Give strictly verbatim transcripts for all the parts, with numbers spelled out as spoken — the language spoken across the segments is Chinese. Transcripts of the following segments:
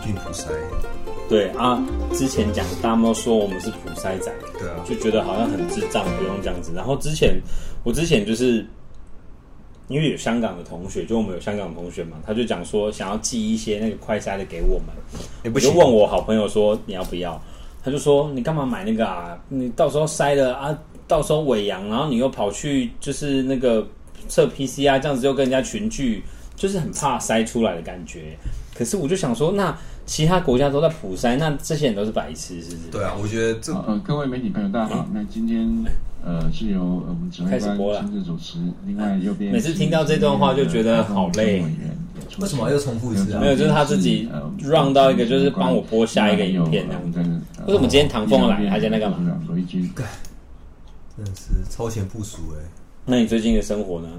进普筛。 对啊，之前讲大家都说我们是普筛仔， 对啊， 就觉得好像很智障，不用这样子。然后之前我之前就是因为有香港的同学，就我们有香港的同学嘛，他就讲说想要寄一些那个快筛的给我们， 欸、 我就问我好朋友说你要不要，他就说你干嘛买那个啊？你到时候筛了啊，到时候伪阳，然后你又跑去就是那个测 P C R， 这样子又跟人家群聚，就是很怕筛出来的感觉。可是我就想说，那其他国家都在普筛，那这些人都是白痴，是不是？ 对啊，我觉得这呃，各位媒体朋友，大家好。那今天呃是由我们指挥官亲自主持，另外右边每次听到这段话就觉得好累。 为什么又重复一次啊？ 没有，就是他自己 run 到一个，就是帮我播下一个影片那样子。为什么今天唐凤来，他现在干嘛？ 真的是超前部署哎、欸。 那你最近的生活呢？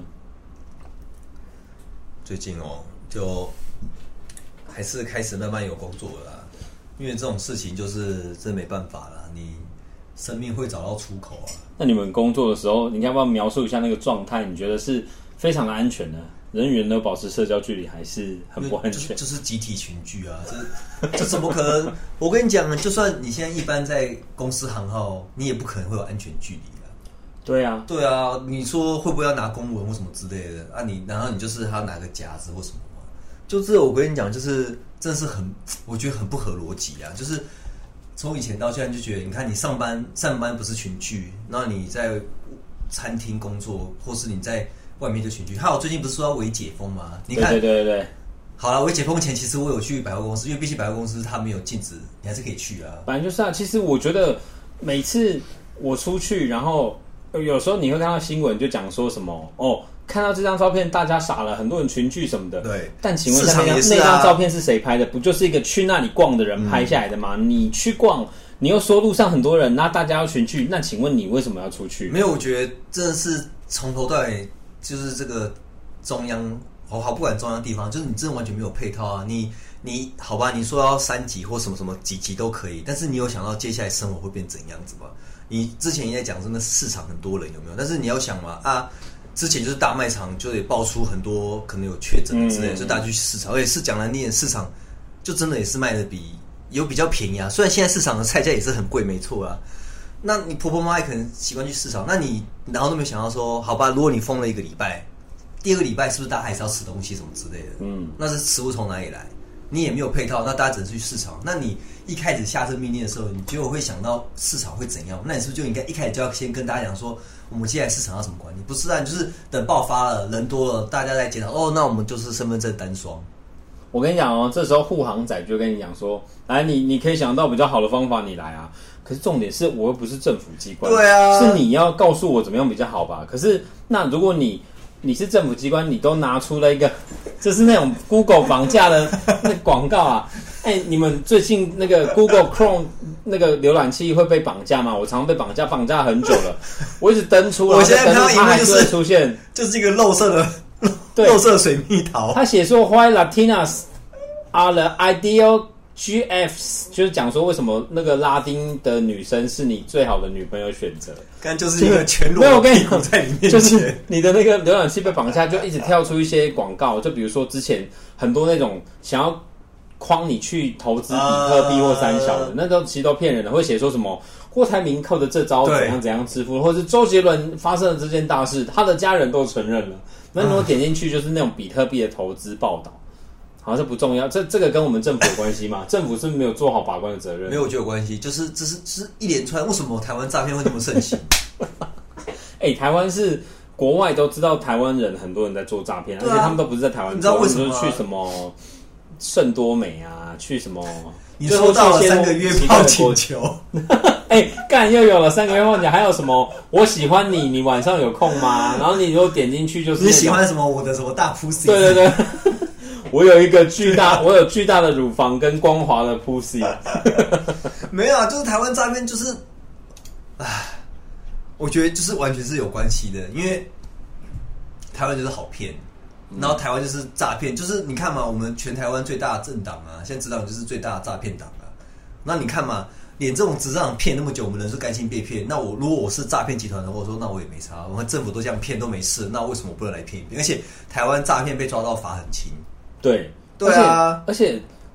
最近哦，就还是开始慢慢有工作了啦。因为这种事情就是真没办法啦，你生命会找到出口啊。 那你们工作的时候，你要不要描述一下那个状态？你觉得是非常的安全呢？人与人都保持社交距离，还是很不安全？ 就是、就是集体群聚啊，这这怎么可能？我跟你讲，就算你现在一般在公司行号，你也不可能会有安全距离啊。 对啊， 对啊，你说会不会要拿公文或什么之类的啊？你然后你就是还要拿个夹子或什么吗？就这我跟你讲，就是真的是很，我觉得很不合逻辑啊。就是从以前到现在就觉得，你看你上班上班不是群聚，那你在餐厅工作，或是你在外面就群聚。还有最近不是说要微解封吗？你看， 对对对对对。 好了，微解封前其实我有去百货公司，因为毕竟百货公司它没有禁止，你还是可以去啊。 反正就是啊，其实我觉得每次我出去，然后有时候你会看到新闻就讲说什么哦，看到这张照片大家傻了，很多人群聚什么的。对。但请问一下，那张、啊、那张照片是谁拍的？不就是一个去那里逛的人拍下来的吗？嗯、你去逛，你又说路上很多人，那大家要群聚，那请问你为什么要出去？ 没有，我觉得真的是从头到尾就是这个中央。好好，不管中央地方，就是你真的完全没有配套啊！你你好吧，你说要三级或什么什么几级都可以，但是你有想到接下来生活会变怎样子吗？你之前也在讲，真的市场很多人有没有？但是你要想嘛啊，之前就是大卖场就得爆出很多可能有确诊的之类的，所以大家去市场，而且是讲难听点，市场就真的也是卖的比有比较便宜啊。虽然现在市场的菜价也是很贵，没错啊。那你婆婆妈妈可能习惯去市场，那你然后都没有想到说，好吧，如果你封了一个礼拜。第二个礼拜是不是大家还是要吃东西什么之类的？嗯，那是食物从哪里来？你也没有配套，那大家只能去市场。那你一开始下这命令的时候，你就会想到市场会怎样？那你是不是就应该一开始就要先跟大家讲说，我们接下来市场要怎么管理？不是啊，你就是等爆发了，人多了，大家在检讨。哦，那我们就是身份证单双。 我跟你讲哦，这时候护航仔就跟你讲说，来，你你可以想到比较好的方法，你来啊。可是重点是我又不是政府机关， 对啊， 是你要告诉我怎么样比较好吧？可是那如果你你是政府机关，你都拿出了一个，就是那种 Google 绑架的那广告啊！哎、欸，你们最近那个 Google Chrome 那个浏览器会被绑架吗？我常被绑架，绑架很久了，我一直登出， 我现在看到它还是会出现， 就是一个肉色的肉色水蜜桃。 他写说 Why Latinas are the ideal G Fs， 就是讲说为什么那个拉丁的女生是你最好的女朋友选择。 刚就是一个全裸的屁股在你面前， 就是你的那个浏览器被绑架，就一直跳出一些广告，就比如说之前很多那种想要诓你去投资比特币或三小的，呃、那都其实都骗人的，会写说什么郭台铭靠着这招怎样怎样致富，或者是周杰伦发生了这件大事，他的家人都承认了。那如果点进去就是那种比特币的投资报道。好，这不重要，这这个跟我们政府有关系吗？政府是没有做好把关的责任。 没有，我觉得有关系，就是这是这是一连串，为什么台湾诈骗会这么盛行？ 哎、欸，台湾是国外都知道，台湾人很多人在做诈骗、啊，而且他们都不是在台湾做， 你知道为什么、 就是去什么圣多美啊，去什么？ 你收到了三个约炮请求， 哎，干又有了三个约炮请求，还有什么？我喜欢你，你晚上有空吗？然后你如果点进去就是你喜欢什么？我的什么大 pussy？ 对对对。我有一个巨大，我有巨大的乳房跟光滑的 pussy。 没有啊，就是台湾诈骗，就是，唉，我觉得就是完全是有关系的，因为台湾就是好骗，然后台湾就是诈骗，就是你看嘛，我们全台湾最大的政党啊，现在执政党就是最大的诈骗党啊。那你看嘛，连这种执政党骗那么久，我们人是甘心被骗。那我如果我是诈骗集团的话，我说那我也没差，我们政府都这样骗都没事，那为什么我不能来骗一遍？而且台湾诈骗被抓到罚很轻。 对， 对啊， 而且，而且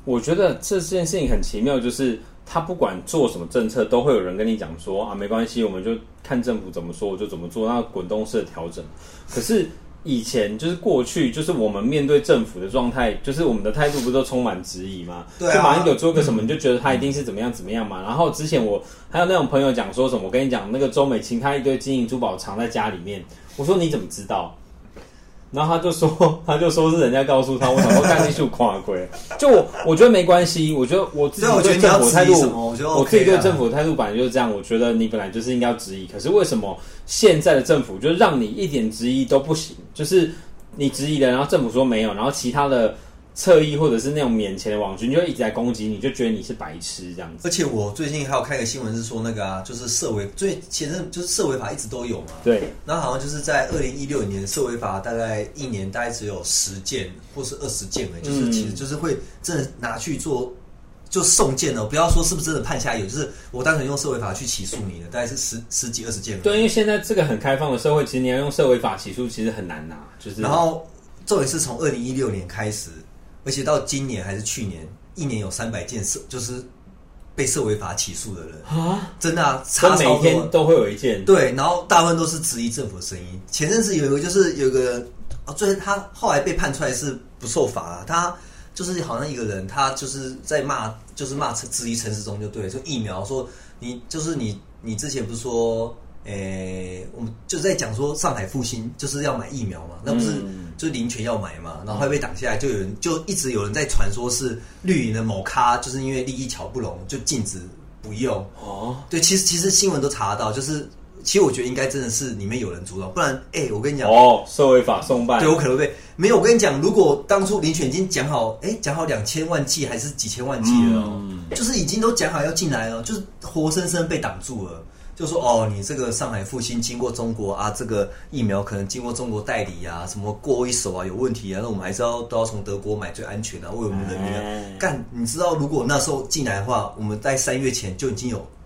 我觉得这件事情很奇妙，就是他不管做什么政策，都会有人跟你讲说啊，没关系，我们就看政府怎么说，我就怎么做，那滚动式的调整。可是以前就是过去，就是我们面对政府的状态，就是我们的态度不都充满质疑吗？ 对啊， 就马英九做个什么，你就觉得他一定是怎么样怎么样嘛。然后之前我还有那种朋友讲说什么，我跟你讲，那个周美青她一堆金银珠宝藏在家里面，我说你怎么知道？然后他就说，他就说是人家告诉他，我想说干技术跨鬼，就我我觉得没关系，我觉得我自己对政府态度， 我, 我, 我自己对政府的态度本来就是这样，我觉得你本来就是应该要质疑，可是为什么现在的政府就让你一点质疑都不行？就是你质疑了，然后政府说没有，然后其他的侧翼或者是那种免钱的网军就一直在攻击你，就觉得你是白痴这样子。 而且我最近还有看一个新闻是说那个啊，就是社维最前阵就是社维法一直都有嘛， 对， 然后好像就是在二零一六年社维法大概一年大概只有十件或是二十件而已，就是其实就是会真的拿去做就送件了，不要说是不是真的判下有，就是我单纯用社维法去起诉你的，大概是十十几二十件而已。 对，因为现在这个很开放的社会，其实你要用社维法起诉其实很难拿，就是然后重点是从二零一六年开始。而且到今年还是去年，一年有三百件社，就是被社维法起诉的人啊，真的啊，差超多， 每天都会有一件。 对，然后大部分都是质疑政府的声音。前阵子有一个就是有一个人，啊，最他后来被判出来是不受罚啊，他就是好像一个人，他就是在骂，就是骂质疑陈时中就对了，就疫苗说你就是你你之前不是说。诶，我们就在讲说上海复兴就是要买疫苗嘛，那不是就林权要买嘛，然后会被挡下来，就有人就一直有人在传说是绿营的某咖，就是因为利益巧不容，就禁止不用。哦，对，其实其实新闻都查得到，就是其实我觉得应该真的是里面有人主导，不然哎，我跟你讲， 哦，社维法送办， 对我可能会被没有。我跟你讲，如果当初林权已经讲好，哎，讲好两千万剂还是几千万剂了哦，嗯、就是已经都讲好要进来了，就是活生生被挡住了。就说哦，你这个上海复兴经过中国啊，这个疫苗可能经过中国代理啊，什么过一手啊有问题啊，那我们还是要都要从德国买最安全啊，为我们人民啊。干，你知道如果那时候进来的话，我们在三月前就已经有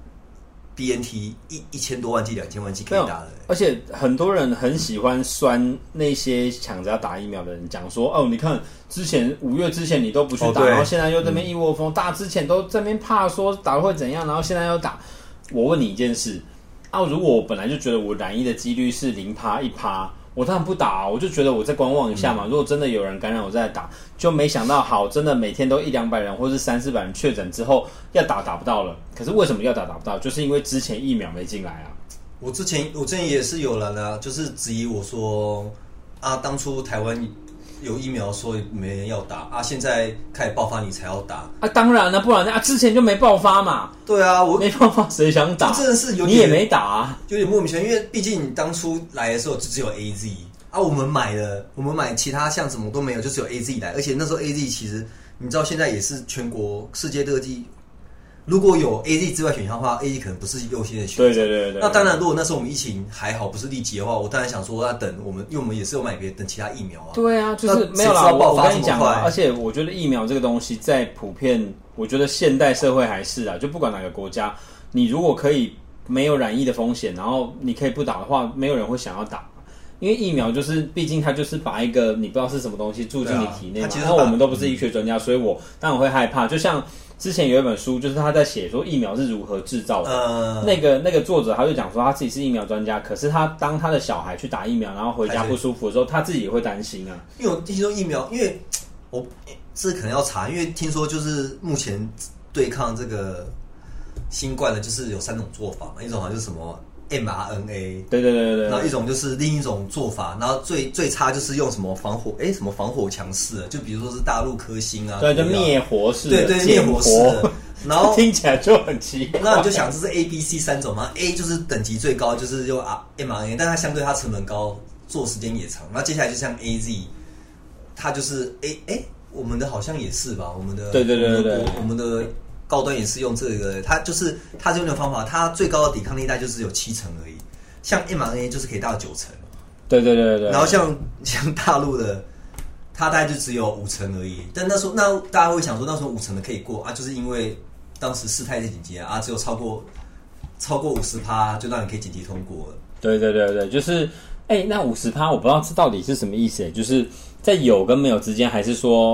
B N T 一一千多万剂、两千万剂可以打了、欸。 而且很多人很喜欢酸那些抢着要打疫苗的人，讲说哦，你看之前五月之前你都不去打，哦、然后现在又这边一窝蜂，嗯、大家之前都这边怕说打了会怎样，然后现在要打。我问你一件事啊，如果我本来就觉得我染疫的几率是零趴一趴，我当然不打、啊，我就觉得我再观望一下嘛。嗯、如果真的有人感染，我再打。就没想到，好，真的每天都一两百人，或是三四百人确诊之后，要打打不到了。可是为什么要打打不到？就是因为之前疫苗没进来啊。 我之前我之前也是有人啊，就是质疑我说啊，当初台湾有疫苗说没人要打啊，现在开始爆发你才要打啊？当然了，不然啊之前就没爆发嘛。 对啊，我没爆发谁想打？ 真的是有点你也没打啊， 有点莫名其妙。因为毕竟你当初来的时候就只有 A Z 啊，我们买了，我们买其他像什么都没有，就只有 A Z 来。而且那时候 A Z 其实你知道现在也是全国世界各地。如果有 A Z 之外选项的话 ，A Z 可能不是优先的选择。 对对对对。 那当然，如果那时候我们疫情还好，不是立即的话，我当然想说要等我们，因为我们也是有买别等其他疫苗啊。 对啊，就是没有啦。我跟你讲啊，而且我觉得疫苗这个东西在普遍，我觉得现代社会还是啊，就不管哪个国家，你如果可以没有染疫的风险，然后你可以不打的话，没有人会想要打。因为疫苗就是，毕竟它就是把一个你不知道是什么东西注进你体内嘛。那、啊、我们都不是医学专家，嗯、所以我当然会害怕。就像之前有一本书，就是他在写说疫苗是如何制造的。呃、那个那个作者他就讲说他自己是疫苗专家，可是他当他的小孩去打疫苗，然后回家不舒服的时候，他自己也会担心啊。 因为我听说疫苗，因为我这可能要查，因为听说就是目前对抗这个新冠的，就是有三种做法嘛，一种好像就是什么。M R N A， 对对对对， 然后一种就是另一种做法，然后最最差就是用什么防火，哎，什么防火强势，就比如说是大陆科兴啊， 对，就灭活式， 对对灭活式，然后听起来就很奇怪。 那你就想这是 A B C 三种嘛 ，A 就是等级最高，就是用 M R N A， 但它相对它成本高，做时间也长。然后接下来就像 A Z， 它就是 A 哎，我们的好像也是吧，我们的对对对对对， 我们的。高端也是用这个，它就是它用的方法，它最高的抵抗力大概就是有七成而已。像 M R N A 就是可以达到九成， 对对对对对。 然后像像大陆的，它大概就只有五成而已。但那时候那大家会想说，那时候五成的可以过啊，就是因为当时事态紧急啊，只有超过超过五十趴就让你可以紧急通过了。 对对对对，就是哎、欸，那五十趴我不知道这到底是什么意思、欸，就是在有跟没有之间，还是说？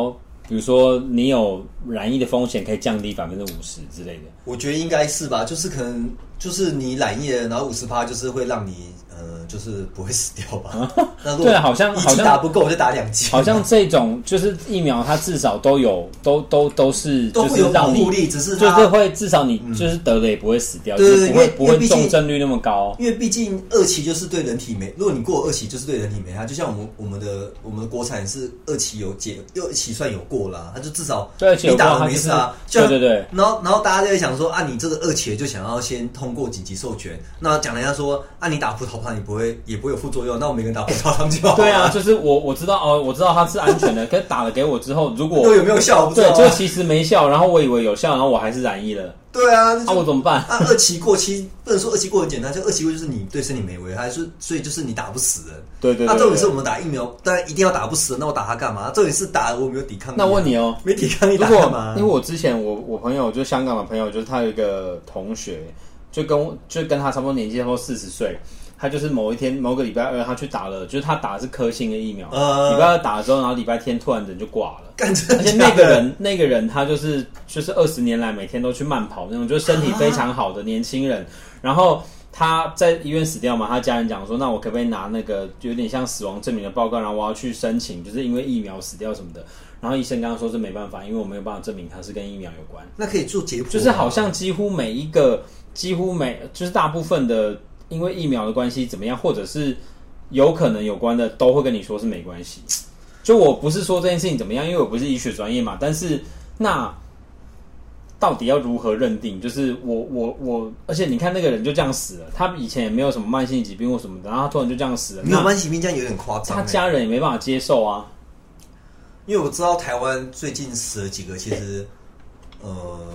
比如说你有染疫的风险可以降低百分之五十之类的。 我觉得应该是吧，就是可能就是你染疫了，然后五十趴就是会让你呃就是不会死掉吧。啊、那对，好像好像打不够我就打两剂。 好像这种就是疫苗，它至少都有都都都是都会有保护力，只是就是会至少你就是得了也不会死掉， 对、嗯、对， 不会不会重症率那么高。 因为毕竟二期就是对人体没，如果你过二期就是对人体没害，就像我们我们的我们的国产是二期有解，二期算有过啦，它就至少你打了没事啊。 对对对。 然后然后大家就会想说啊，你这个二期就想要先通过紧急授权，那讲人家说啊，你打葡萄糖你不会也不会有副作用，那我每个人打葡萄糖就好。 对啊，就是我我知道哦，我知道它是安全的，可是打了给我之后，如果有没有效我不知道、啊。 对，就其实没效，然后我以为有效，然后我还是染疫了。 对啊， 那、啊、我怎么办？ 啊，二期过期不能说二期过很简单，就二期过就是你对身体没危害，所以所以就是你打不死人。 对 对, 对, 对, 对。 那重点是我们打疫苗，当然一定要打不死人，那我打它干嘛？重点是打我没有抵抗力。 那我问你哦， 没抵抗力打干嘛？ 因为我之前我我朋友就香港的朋友，就是他有一个同学，就跟就跟他差不多年纪，差不多四十岁。他就是某一天某个礼拜二，他去打了，就是他打的是科兴的疫苗。呃、礼拜二打了之后，然后礼拜天突然人就挂了。而且那个人那个人他就是就是二十年来每天都去慢跑那种，就是身体非常好的年轻人。啊、然后他在医院死掉嘛，他家人讲说，那我可不可以拿那个有点像死亡证明的报告，然后我要去申请，就是因为疫苗死掉什么的。然后医生刚刚说是没办法，因为我没有办法证明它是跟疫苗有关。 那可以做解剖， 就是好像几乎每一个几乎每就是大部分的。因为疫苗的关系怎么样，或者是有可能有关的，都会跟你说是没关系。就我不是说这件事情怎么样，因为我不是医学专业嘛。但是那到底要如何认定？就是我我我，而且你看那个人就这样死了，他以前也没有什么慢性疾病或什么的，然后他突然就这样死了。 没有慢性疾病这样有点夸张、欸， 他家人也没办法接受啊。 因为我知道台湾最近死了几个，其实呃，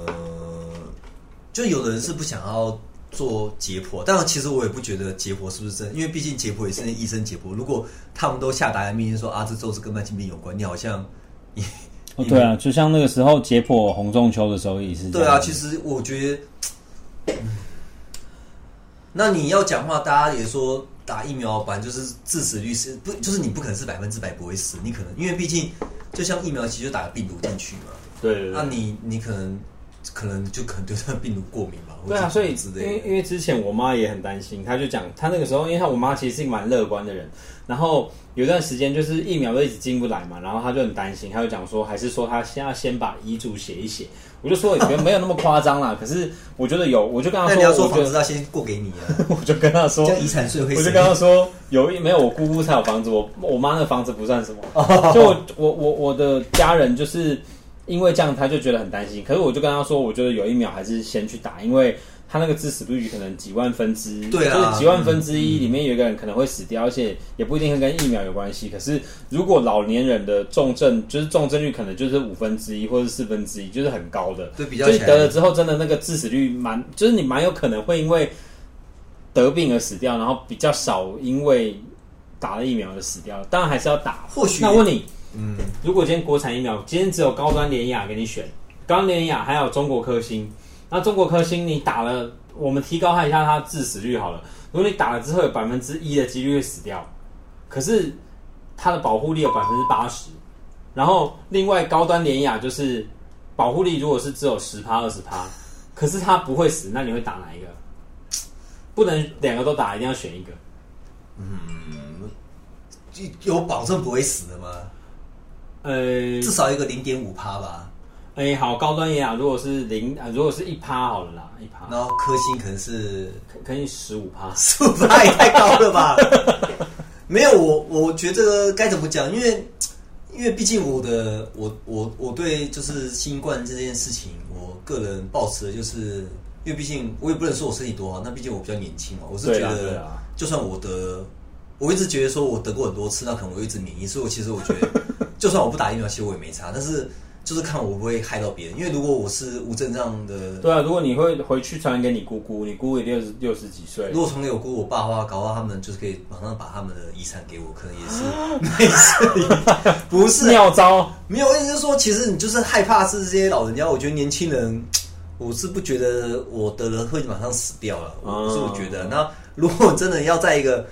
就有的人是不想要做解剖，但其实我也不觉得解剖是不是真，因为毕竟解剖也是医生解剖。如果他们都下达的命令说啊，这都是跟慢性病有关，你好像也哦，对啊，就像那个时候解剖洪仲丘的时候也是这样。 对啊，其实我觉得，嗯、那你要讲话，大家也说打疫苗本来就是致死率是不，就是你不可能是百分之百不会死，你可能因为毕竟就像疫苗，其实就打个病毒进去嘛。 对对对。 那你你可能。可能就可能对这个病毒过敏吧。 对啊，所以因为因为之前我妈也很担心，她就讲她那个时候，因为她我妈其实是一个蛮乐观的人，然后有一段时间就是疫苗都一直进不来嘛，然后她就很担心，她就讲说还是说她先要先把遗嘱写一写。我就说也没有那么夸张啦，可是我觉得有，我就跟她说， 那你要说房子要先过给你啊， 我就跟她说， 这样遗产税会， 我就跟她说有没有我姑姑才有房子，我我妈那个房子不算什么，就我我我我的家人就是。因为这样他就觉得很担心，可是我就跟他说，我觉得有疫苗还是先去打，因为他那个致死率可能几万分之， 对啊， 就是几万分之一里面有一个人可能会死掉，而且也不一定会跟疫苗有关系。可是如果老年人的重症，就是重症率可能就是五分之一或者是四分之一，就是很高的， 对，比较就是得了之后真的那个致死率蛮，就是你蛮有可能会因为得病而死掉，然后比较少因为打了疫苗而死掉。当然还是要打， 或许那问你。 嗯， 如果今天国产疫苗，今天只有高端联雅给你选，高端联雅还有中国科兴，那中国科兴你打了，我们提高一下它的致死率好了。如果你打了之后有百分之一的几率会死掉，可是它的保护力有百分之八十，然后另外高端联雅就是保护力如果是只有十趴二十趴，可是它不会死，那你会打哪一个？不能两个都打，一定要选一个。 嗯，有保证不会死的吗？ 呃， 至少一个零点五趴吧。 哎、欸，好，高端也好，如果是零，如果是一趴好了啦，一趴。 然后科兴可能是可能十五趴， 十五趴也太高了吧？没有，我我觉得这个该怎么讲？因为因为毕竟我的我我我对就是新冠这件事情，我个人抱持的就是，因为毕竟我也不能说我身体多好，那毕竟我比较年轻嘛，我是觉得，就算我得。我一直觉得说，我得过很多次，那可能我一直免疫，所以我其实我觉得，就算我不打疫苗，其实我也没差。但是就是看我会不会害到别人，因为如果我是无症状的， 对啊，如果你会回去传给你姑姑，你姑姑也六十六十几岁， 如果传给我姑我爸的话，搞到他们就是可以马上把他们的遗产给我，可能也是类似，不是妙招。 没有，我意思就是说，其实你就是害怕是这些老人家，我觉得年轻人。我是不觉得我得了会马上死掉了，我是我觉得。那如果真的要在一个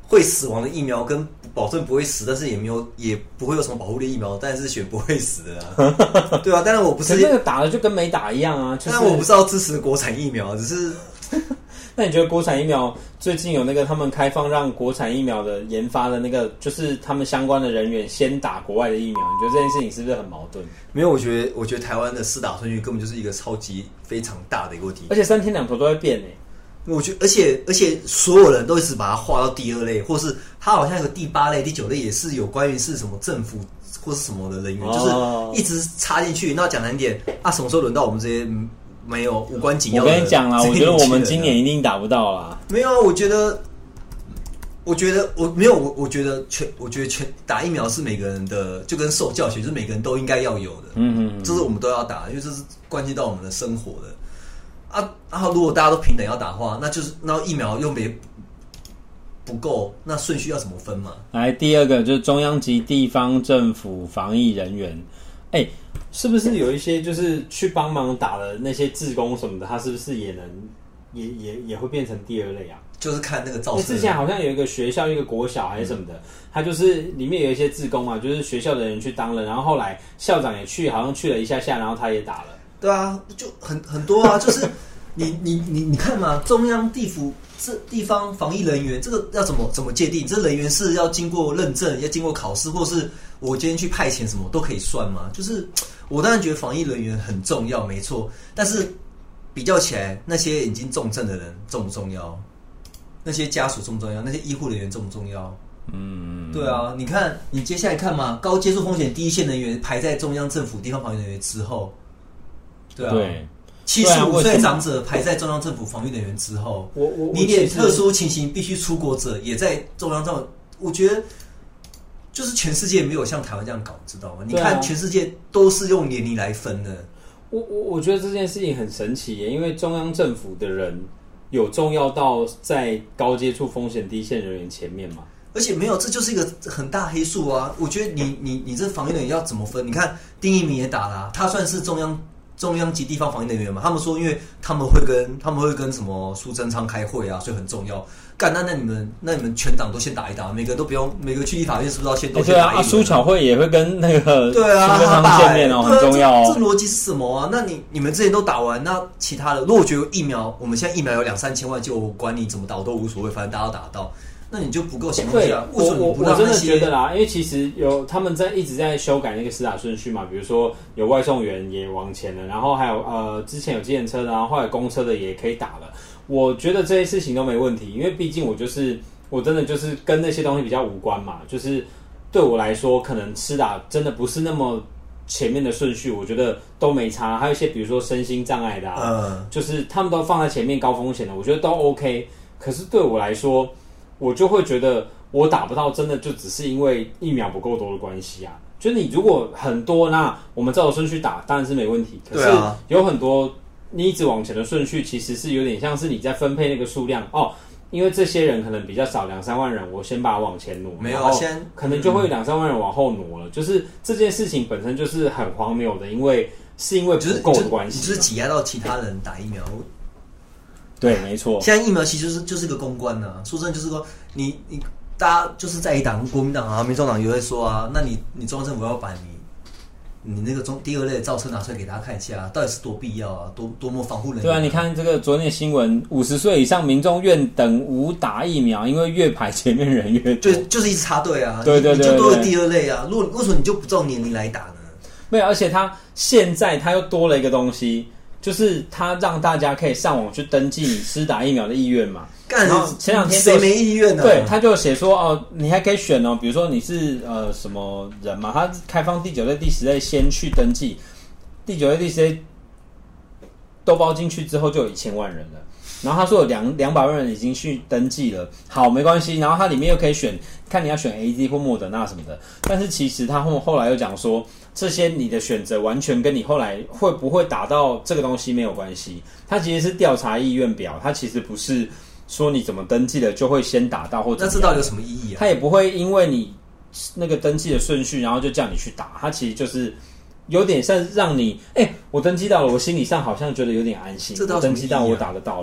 会死亡的疫苗跟保证不会死，但是也没有也不会有什么保护力疫苗，但是选不会死的啊。对啊，但是我不是可是那个打了就跟没打一样啊。就是、 但我不是要支持国产疫苗，只是。 那你觉得国产疫苗最近有那个他们开放让国产疫苗的研发的那个，就是他们相关的人员先打国外的疫苗？你觉得这件事情是不是很矛盾？ 没有，我觉得我觉得台湾的施打顺序根本就是一个超级非常大的一个问题， 而且三天两头都会变诶、欸。 我觉得，而且而且所有人都一直把它划到第二类，或是它好像有个第八类、第九类，也是有关于是什么政府或是什么的人员，哦、就是一直插进去。那讲难点，啊，什么时候轮到我们这些没有无关紧要的？ 我跟你讲啦，我觉得我们今年一定打不到啦。 没有啊，我觉得，我觉得我没有，我我觉得全，我觉得全打疫苗是每个人的，就跟受教学，就是每个人都应该要有的。嗯嗯嗯，这是我们都要打，因为这是关系到我们的生活的。啊，然后如果大家都平等要打的话，那就是那疫苗又没不够，那顺序要怎么分嘛？ 来，第二个就是中央及地方政府防疫人员，哎，是不是有一些就是去帮忙打的那些志工什么的，他是不是也能也也也会变成第二类啊？ 就是看那个造成。 之前好像有一个学校，一个国小还是什么的，嗯、他就是里面有一些志工嘛，就是学校的人去当了，然后后来校长也去，好像去了一下下，然后他也打了。 对啊，就很很多啊，就是你你你你看嘛，中央地府这地方防疫人员，这个要怎么怎么界定？这人员是要经过认证，要经过考试，或是我今天去派遣什么都可以算吗？就是我当然觉得防疫人员很重要，没错，但是比较起来，那些已经重症的人重不重要？那些家属重不重要？那些医护人员重不重要？嗯，对啊，你看，你接下来看嘛，高接触风险第一线人员排在中央政府地方防疫人员之后。对啊，七十五岁长者排在中央政府防疫人员之后， 我我你连特殊情形必须出国者也在中央政府，我觉得就是全世界没有像台湾这样搞，知道吗？你看全世界都是用年龄来分的。 我我我觉得这件事情很神奇耶，因为中央政府的人有重要到在高接触风险第一线人员前面吗？ 而且没有，这就是一个很大黑数啊！我觉得你你你这防疫人员要怎么分？你看丁一鸣也打了、啊，他算是中央。中央及地方防疫人员嘛，他们说，因为他们会跟他们会跟什么苏贞昌开会啊，所以很重要。干那那你们那你们全党都先打一打，每个都不用，每个去立法院是不是要先都先打一打？ 对啊，苏巧慧也会跟那个对啊苏贞昌见面哦，很重要哦。 这逻辑是什么啊？那你你们之前都打完，那其他的，如果我觉得疫苗，我们现在疫苗有两三千万，就我管你怎么打我都无所谓，反正大家都打得到。那你就不够情况下，为什么你不让那些？ 我真的觉得啦，因为其实有他们在一直在修改那个施打顺序嘛，比如说有外送员也往前了，然后还有呃之前有计程车的，然后后来公车的也可以打了。我觉得这些事情都没问题，因为毕竟我就是我真的就是跟那些东西比较无关嘛，就是对我来说，可能施打真的不是那么前面的顺序，我觉得都没差。还有一些比如说身心障碍的啊，嗯、就是他们都放在前面高风险的，我觉得都 OK。可是对我来说，我就会觉得我打不到，真的就只是因为疫苗不够多的关系啊。就是你如果很多，那我们照着顺序打，当然是没问题。可是有很多你一直往前的顺序，其实是有点像是你在分配那个数量哦。因为这些人可能比较少，两三万人，我先把它往前挪， 没有，先可能就会有两三万人往后挪了。嗯、就是这件事情本身就是很荒谬的，因为是因为不够的关系， 就是挤压到其他人打疫苗。 对，没错。 现在疫苗其实就是就是个公关呐、啊，说真的就是说，你你大家就是在一党，国民党啊、民众党也会说啊，那你你中央政府要把你你那个中第二类的造车拿出来给大家看一下，到底是多必要啊，多多么防护人员、啊。 对啊，你看这个昨天的新闻，五十岁以上民众愿等无打疫苗，因为越排前面人越多， 就就是一直插队啊。 对对 对, 对, 对， 你就多了第二类啊。如果为什么你就不照年龄来打呢？ 没有，而且他现在他又多了一个东西。就是他让大家可以上网去登记你施打疫苗的意愿嘛。然后前两天谁没意愿呢、啊？ 对，他就写说哦，你还可以选哦，比如说你是呃什么人嘛，他开放第九类、第十类先去登记，第九类、第十类都包进去之后就有一千万人了。然后他说有两两百万人已经去登记了，好，没关系。然后它里面又可以选，看你要选 A Z 或莫德纳什么的。但是其实他后后来又讲说，这些你的选择完全跟你后来会不会打到这个东西没有关系。它其实是调查意愿表，它其实不是说你怎么登记了就会先打到或者。 那这到底有什么意义啊？ 它也不会因为你那个登记的顺序，然后就叫你去打。它其实就是有点像让你，哎、欸，我登记到了，我心理上好像觉得有点安心。 这到我登记到，我打得到了。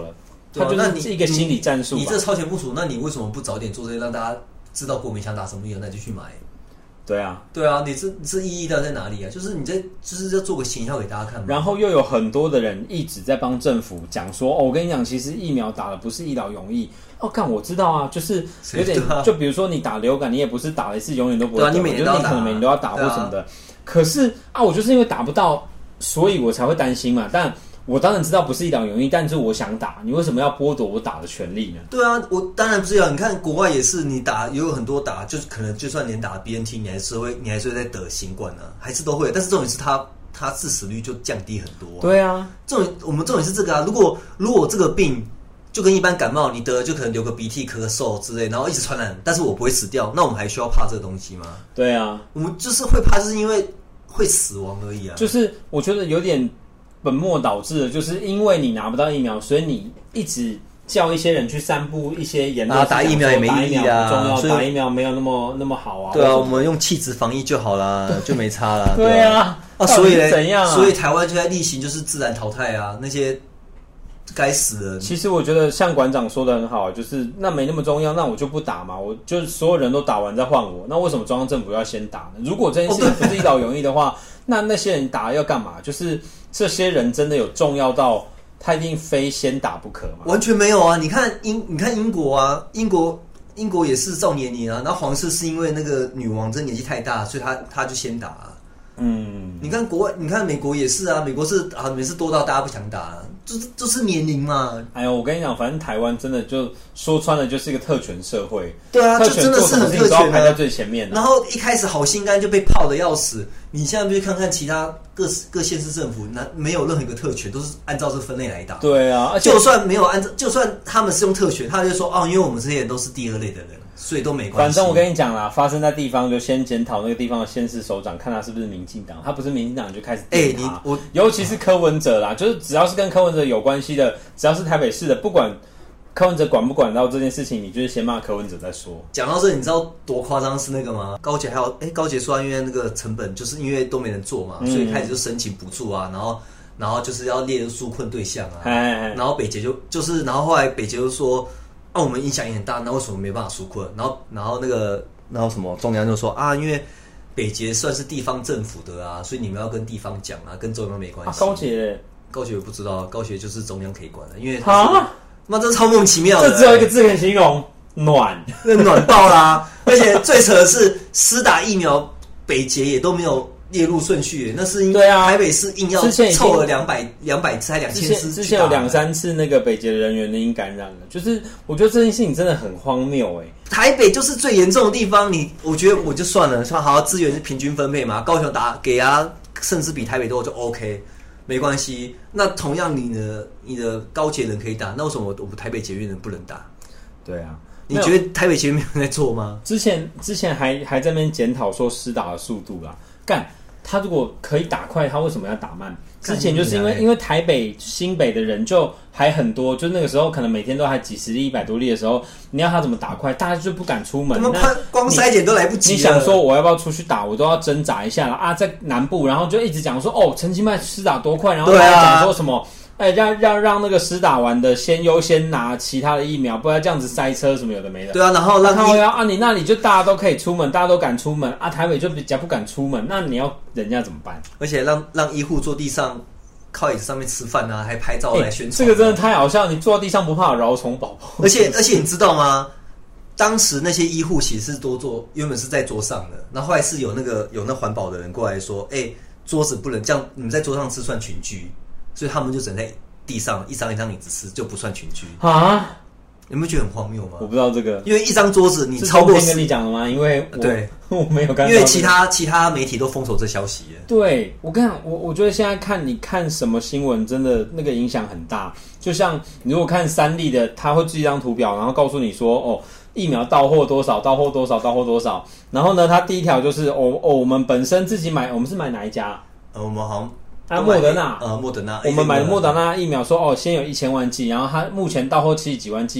它就是一个心理战术。 你这超前部署，那你为什么不早点做这些，让大家知道国民想打什么疫苗，那就去买？ 对啊， 对啊，你这这意义到底在哪里啊？就是你在就是要做个形象给大家看嘛。 然后又有很多的人一直在帮政府讲说，哦，我跟你讲，其实疫苗打的不是一劳永逸。哦，看我知道啊，就是有点，啊、就比如说你打流感，你也不是打了一次永远都不会得， 对啊，你每年都要打， 就是你可能每年都要打或什么的。啊、可是啊，我就是因为打不到，所以我才会担心嘛。但我当然知道不是一劳永逸，但是我想打，你为什么要剥夺我打的权利呢？ 对啊，我当然不是要。你看国外也是，你打也有很多打，就是可能就算连打 B N T， 你还是会你还是会在得新冠啊，还是都会。但是重点是它它致死率就降低很多、啊。 对啊， 重点我们重点是这个啊。如果如果这个病就跟一般感冒，你得了就可能流个鼻涕、咳嗽之类，然后一直传染，但是我不会死掉，那我们还需要怕这个东西吗？ 对啊， 我们就是会怕，就是因为会死亡而已啊。 就是我觉得有点本末倒置的，就是因为你拿不到疫苗，所以你一直叫一些人去散布一些言论、 啊，打疫苗也没意义啊， 重要，打疫苗没有那么那么好啊。 对啊，我们用气质防疫就好啦，就没差啦。 对啊， 啊，所以呢怎样啊？ 所以台湾就在例行就是自然淘汰啊，那些该死的。 其实我觉得像馆长说的很好，就是那没那么重要，那我就不打嘛，我就所有人都打完再换我，那为什么中央政府要先打呢？如果这件事情不是一劳永逸的话，那那些人打要干嘛？就是这些人真的有重要到他一定非先打不可吗？ 完全没有啊！你看英，你看英国啊，英国英国也是照年龄啊，然后皇室是因为那个女王真年纪太大，所以他他就先打啊。嗯，你看国外，你看美国也是啊，美国是啊，每次多到大家不想打、啊，就是就是年龄嘛。 哎呦，我跟你讲，反正台湾真的就说穿了就是一个特权社会。 对啊，就真的是很特权、啊， 排在最前面、啊。 然后一开始好心肝就被泡的要死，你现在去看看其他各各县市政府，那没有任何一个特权，都是按照这个分类来打。 对啊，而且就算没有按照，就算他们是用特权，他就说哦，因为我们这些人都是第二类的人。所以都没关系。 反正我跟你讲啦，发生在地方就先检讨那个地方的县市首长，看他是不是民进党。他不是民进党就开始电他。哎、欸，你我尤其是柯文哲啦，就是只要是跟柯文哲有关系的，只要是台北市的，不管柯文哲管不管到这件事情，你就是先骂柯文哲再说。 讲到这，你知道多夸张是那个吗？高捷还有哎、欸，高捷说因为那个成本就是因为都没人做嘛，嗯、所以开始就申请补助啊，然后然后就是要列入纾困对象啊，然后北捷就就是然后后来北捷就说。那、啊、我们影响也很大，那为什么没办法纾困？然后，然后那个，然后什么中央就说啊，因为北捷算是地方政府的啊，所以你们要跟地方讲啊，跟中央没关系。 啊、高捷， 高捷我不知道，高捷就是中央可以管的，因为啊，妈这超莫名其妙的、 欸，这只有一个字可以形容，暖， 暖爆啦！而且最扯的是，施打疫苗，北捷也都没有。列入顺序，那是因为台北市硬要凑了两百两百次还两千次， 之前有两三次那个北捷的人员已经感染了，就是我觉得这件事情真的很荒谬哎、欸。 台北就是最严重的地方，你我觉得我就算了，说好资源是平均分配嘛，高雄打给啊，甚至比台北多就 OK， 没关系。那同样你的你的高捷人可以打，那为什么我们台北捷运人不能打？ 对啊。 你觉得台北捷运没有人在做吗？ 之前之前还还在那边检讨说施打的速度啦，干。他如果可以打快，他为什么要打慢？之前就是因为因为台北新北的人就还很多，就那个时候可能每天都还几十例、一百多例的时候，你要他怎么打快，大家就不敢出门。 他们光筛检都来不及了。 你想说我要不要出去打，我都要挣扎一下了啊！在南部，然后就一直讲说哦，陈其迈施打多快，然后还讲说什么。哎，让让让那个施打完的先优先拿其他的疫苗，不然这样子塞车什么有的没的。 对啊，然后让你啊，你那里就大家都可以出门，大家都敢出门啊，台北就比较不敢出门，那你要人家怎么办？ 而且让让医护坐地上靠椅子上面吃饭啊，还拍照来宣传、啊欸，这个真的太好笑！你坐在地上不怕蛲虫宝宝？ 而且而且你知道吗？当时那些医护其实是多坐，原本是在桌上的，然后后来是有那个有那环保的人过来说，哎、欸，桌子不能这样，你们在桌上吃算群聚。所以他们就只能在地上一张一张椅子吃，就不算群居啊？你有没有觉得很荒谬吗？ 我不知道这个， 因为一张桌子你超过是跟你讲的吗？因为我对我没有看到、這個， 因为其他其他媒体都封锁这消息了。 对，我跟你讲，我我觉得现在看你看什么新闻，真的那个影响很大。就像你如果看三立的，他会寄一张图表，然后告诉你说哦。疫苗到货多少？到货多少？到货多少？然后呢，它第一条就是哦哦，我们本身自己买，我们是买哪一家？ 呃，我们好像。 啊，莫德纳， 呃，莫德纳， 我们买的莫德纳疫苗说，哦，先有一千万剂，然后它目前到货七十几万剂，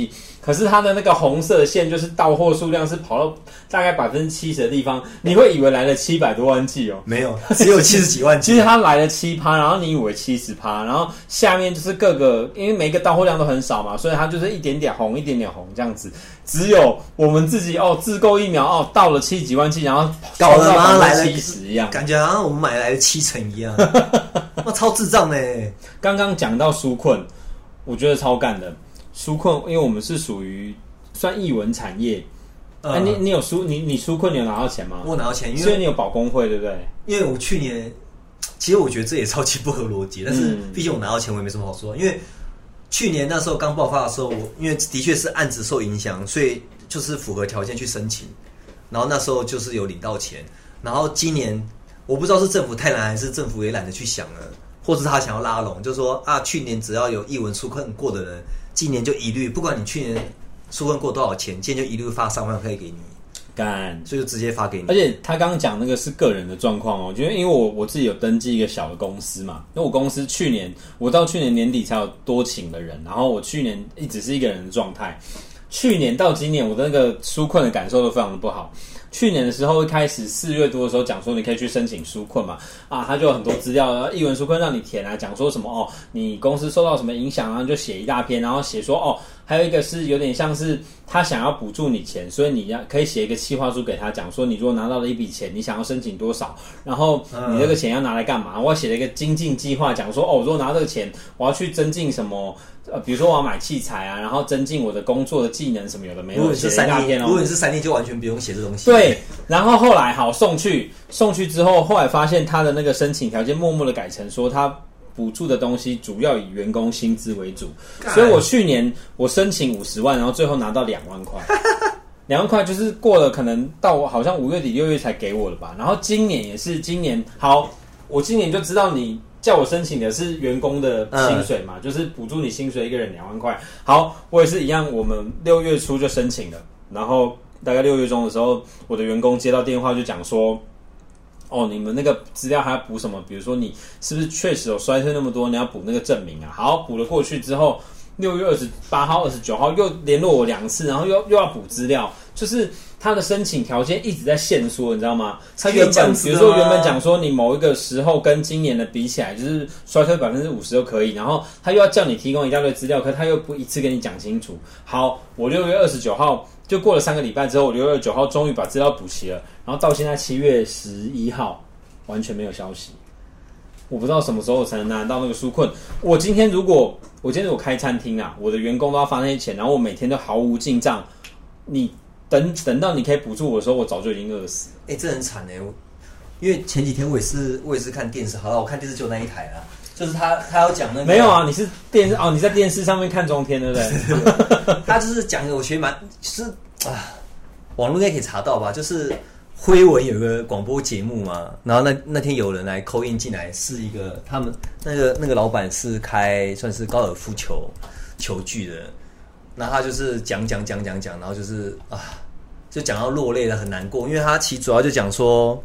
可是它的那个红色线就是到货数量是跑到大概百分之七十的地方，你会以为来了七百多万剂哦， 没有，只有七十几万剂。 其实它来了七趴，然后你以为七十趴，然后下面就是各个，因为每一个到货量都很少嘛，所以它就是一点点红，一点点红这样子。只有我们自己哦，自购疫苗哦，到了七十几万剂，然后搞得好像来了七十一样， 感觉好像我们买来了七成一样，那超智障的。 刚刚讲到纾困，我觉得超干的。纾困，因为我们是属于算艺文产业，哎、呃，你你有纾你你纾困你有拿到钱吗？ 我拿到钱，因为所以你有保工会对不对？ 因为我去年，其实我觉得这也超级不合逻辑，但是毕竟我拿到钱，我也没什么好说。因为去年那时候刚爆发的时候，我因为的确是案子受影响，所以就是符合条件去申请，然后那时候就是有领到钱。然后今年我不知道是政府太懒，还是政府也懒得去想了，或是他想要拉拢，就是说啊，去年只要有艺文纾困过的人。今年就一律，不管你去年纾困过多少钱，今年就一律发三万块给你， 干， 所以就直接发给你。 而且他刚刚讲那个是个人的状况哦，我觉得因为我我自己有登记一个小的公司嘛，因为我公司去年我到去年年底才有多请的人，然后我去年一直是一个人的状态，去年到今年我的那个纾困的感受都非常的不好。去年的时候一开始四月多的时候讲说你可以去申请纾困嘛，啊，他就有很多资料，艺文纾困让你填啊，讲说什么哦，你公司受到什么影响啊，就写一大篇，然后写说哦，还有一个是有点像是他想要补助你钱，所以你要可以写一个企划书给他，讲说你如果拿到了一笔钱，你想要申请多少，然后你这个钱要拿来干嘛？我写了一个精进计划，讲说哦，如果拿到这个钱，我要去增进什么。呃，比如说我要买器材啊，然后增进我的工作的技能什么有的没有。 如果你是三 D， 如果你是三 D 就完全不用写这东西。 对，然后后来好送去，送去之后，后来发现他的那个申请条件默默的改成说他补助的东西主要以员工薪资为主，所以我去年我申请五十万，然后最后拿到两万块。两万块就是过了，可能到我好像五月底六月才给我了吧。然后今年也是，今年好，我今年就知道你。叫我申请的是员工的薪水嘛，嗯、就是补助你薪水一个人两万块。好，我也是一样，我们六月初就申请了，然后大概六月中的时候，我的员工接到电话就讲说，哦，你们那个资料还要补什么？比如说你是不是确实有衰退那么多，你要补那个证明啊？好，补了过去之后，六月二十八号、二十九号又联络我两次，然后又又要补资料，就是他的申请条件一直在限缩，你知道吗？他原本比如说原本讲说你某一个时候跟今年的比起来，就是衰退百分之五十都可以，然后他又要叫你提供一大堆资料，可他又不一次跟你讲清楚。好，我六月二十九号就过了三个礼拜之后，我六月二十九号终于把资料补齐了，然后到现在七月十一号完全没有消息。我不知道什么时候才能拿到那个纾困。我今天如果我今天如果开餐厅啊，我的员工都要发那些钱，然后我每天都毫无进账，你等等到你可以补助我的时候，我早就已经饿死了。 哎、欸，这很惨哎！因为前几天我也是我也是看电视，好了，我看电视就那一台啦，就是他他要讲那个没有啊，你是电视哦，你在电视上面看中天对不对？ 他就是讲，我觉得蛮就是啊，网络应该可以查到吧，就是。辉文有个广播节目嘛，然后那那天有人来call in进来，是一个他们那个那个老板是开算是高尔夫球球具的，那他就是讲讲讲讲讲，然后就是啊，就讲到落泪了，很难过，因为他其实主要就讲说，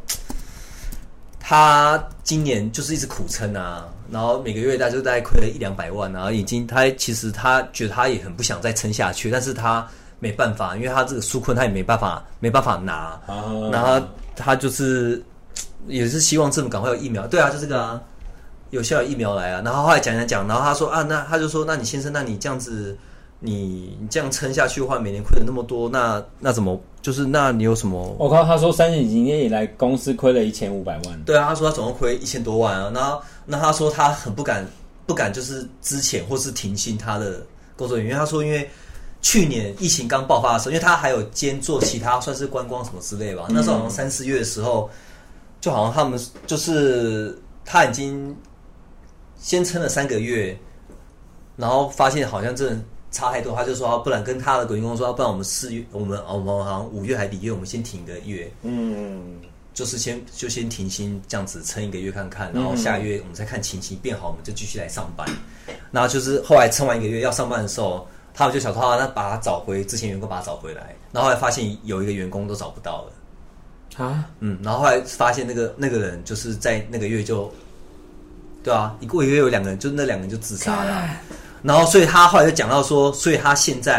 他今年就是一直苦撑啊，然后每个月大概就大概亏了一两百万，然后已经他其实他觉得他也很不想再撑下去，但是他。没办法，因为他这个纾困他也没办法没办法拿，啊、然后 他, 他就是也是希望政府赶快有疫苗，对啊，就这个啊，有效的疫苗来啊。然后后来讲讲讲，然后他说啊，那他就说，那你先生，那你这样子，你你这样撑下去的话，每年亏了那么多，那那怎么就是那你有什么？ 我靠，他说三年几年以来公司亏了一千五百万。 对啊，他说他总共亏一千多万啊。然后那他说他很不敢不敢就是资遣或是停薪他的工作人员，因为他说因为。去年疫情刚爆发的时候，因为他还有兼做其他算是观光什么之类吧，那时候好像三四月的时候，就好像他们就是他已经先撑了三个月，然后发现好像真的差太多，他就说不然跟他的员工说，不然我们四月我们我们好像五月还底月我们先停一个月，嗯，就是先就先停薪这样子撑一个月看看，然后下个月我们再看情形变好，我们就继续来上班。然后就是后来撑完一个月要上班的时候。他们就想说，那把他找回之前员工把他找回来，然后后来发现有一个员工都找不到了啊，嗯，然后后来发现那个那个人就是在那个月就，对啊，一过一个月有两个人，就那两个人就自杀了，然后所以他后来就讲到说，所以他现在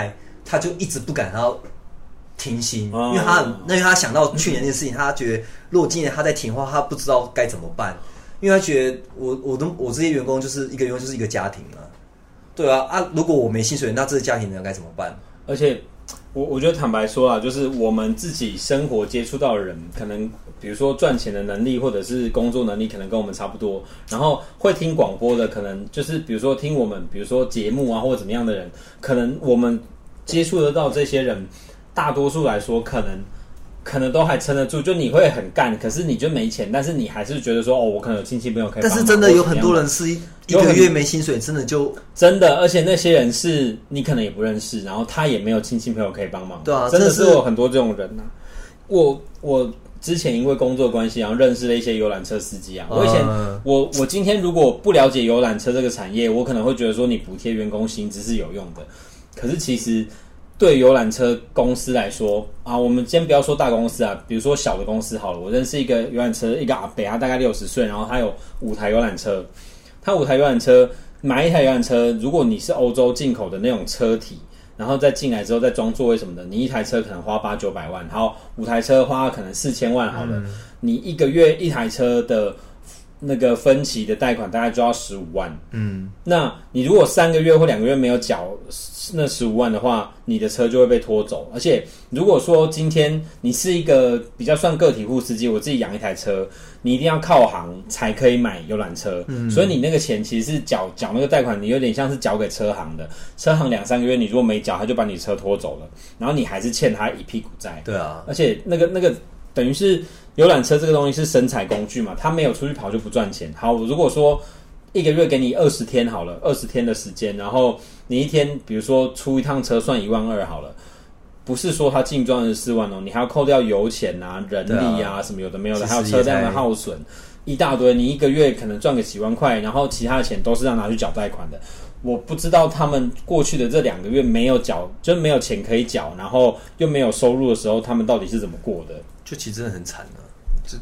他就一直不敢要停薪， 哦、 因为他那因为他想到去年那件事情，他觉得如果今年他再停的话，他不知道该怎么办，因为他觉得我我的我这些员工就是一个员工就是一个家庭啊，对啊啊，如果我没薪水，那这个家庭人该怎么办？ 而且我我觉得坦白说啊，就是我们自己生活接触到的人，可能比如说赚钱的能力或者是工作能力，可能跟我们差不多。然后会听广播的，可能就是比如说听我们，比如说节目啊或者怎么样的人，可能我们接触得到这些人，大多数来说可能可能都还撑得住。就你会很干，可是你就没钱，但是你还是觉得说哦，我可能有亲戚朋友可以帮忙。 但是真的有很多人是一个月没薪水，真的就真的，而且那些人是你可能也不认识，然后他也没有亲戚朋友可以帮忙。 对啊， 真的是有很多这种人啊。我我之前因为工作关系，然后认识了一些游览车司机啊。我以前、嗯、我我今天如果不了解游览车这个产业，我可能会觉得说你补贴员工薪资是有用的。可是其实对游览车公司来说啊，我们先不要说大公司啊，比如说小的公司好了。我认识一个游览车一个阿伯，他大概六十岁，然后他有五台游览车。他五台游览车，买一台游览车，如果你是欧洲进口的那种车体，然后再进来之后再装座位什么的，你一台车可能花八九百万，好，五台车花可能四千万好了、嗯，你一个月一台车的那个分期的贷款大概就要十五万，嗯，那你如果三个月或两个月没有缴那十五万的话，你的车就会被拖走。而且如果说今天你是一个比较算个体户司机，我自己养一台车，你一定要靠行才可以买游览车、嗯、所以你那个钱其实是缴缴那个贷款，你有点像是缴给车行的，车行两三个月你如果没缴，他就把你车拖走了，然后你还是欠他一屁股债。 对啊， 而且那个那个等于是游览车这个东西是生财工具嘛，他没有出去跑就不赚钱。好，如果说一个月给你二十天好了，二十天的时间，然后你一天比如说出一趟车算一万二好了，不是说他净赚了四万哦，你还要扣掉油钱啊、人力啊什么有的没有的，还有车辆的耗损一大堆，你一个月可能赚个几万块，然后其他的钱都是要拿去缴贷款的。我不知道他们过去的这两个月没有缴，就是没有钱可以缴，然后又没有收入的时候，他们到底是怎么过的？ 就其实真的很惨啊！这，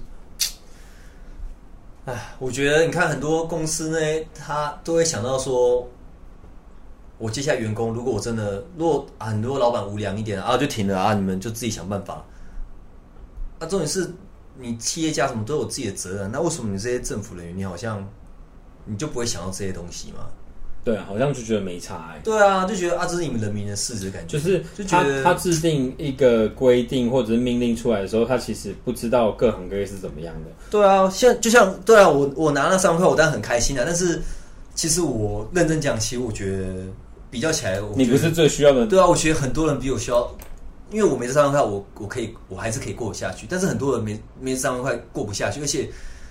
哎，我觉得你看很多公司呢，他都会想到说，我接下来员工，如果我真的，如果很多老板无良一点啊，就停了啊，你们就自己想办法。啊，重点是你企业家什么都有自己的责任，那为什么你这些政府人员，你好像你就不会想到这些东西吗？ 对啊，好像就觉得没差哎、欸。 对啊，就觉得啊，这是你们人民的事的感觉。 就是就觉得他他制定一个规定或者是命令出来的时候，他其实不知道各行各业是怎么样的。 对啊，像就像对啊，我我拿那三万块，我当然很开心啊。但是其实我认真讲，其实我觉得比较起来，我你不是最需要的。 对啊，我觉得很多人比我需要，因为我没这三万块，我我可以我还是可以过得下去。但是很多人没没这三万块过不下去，而且。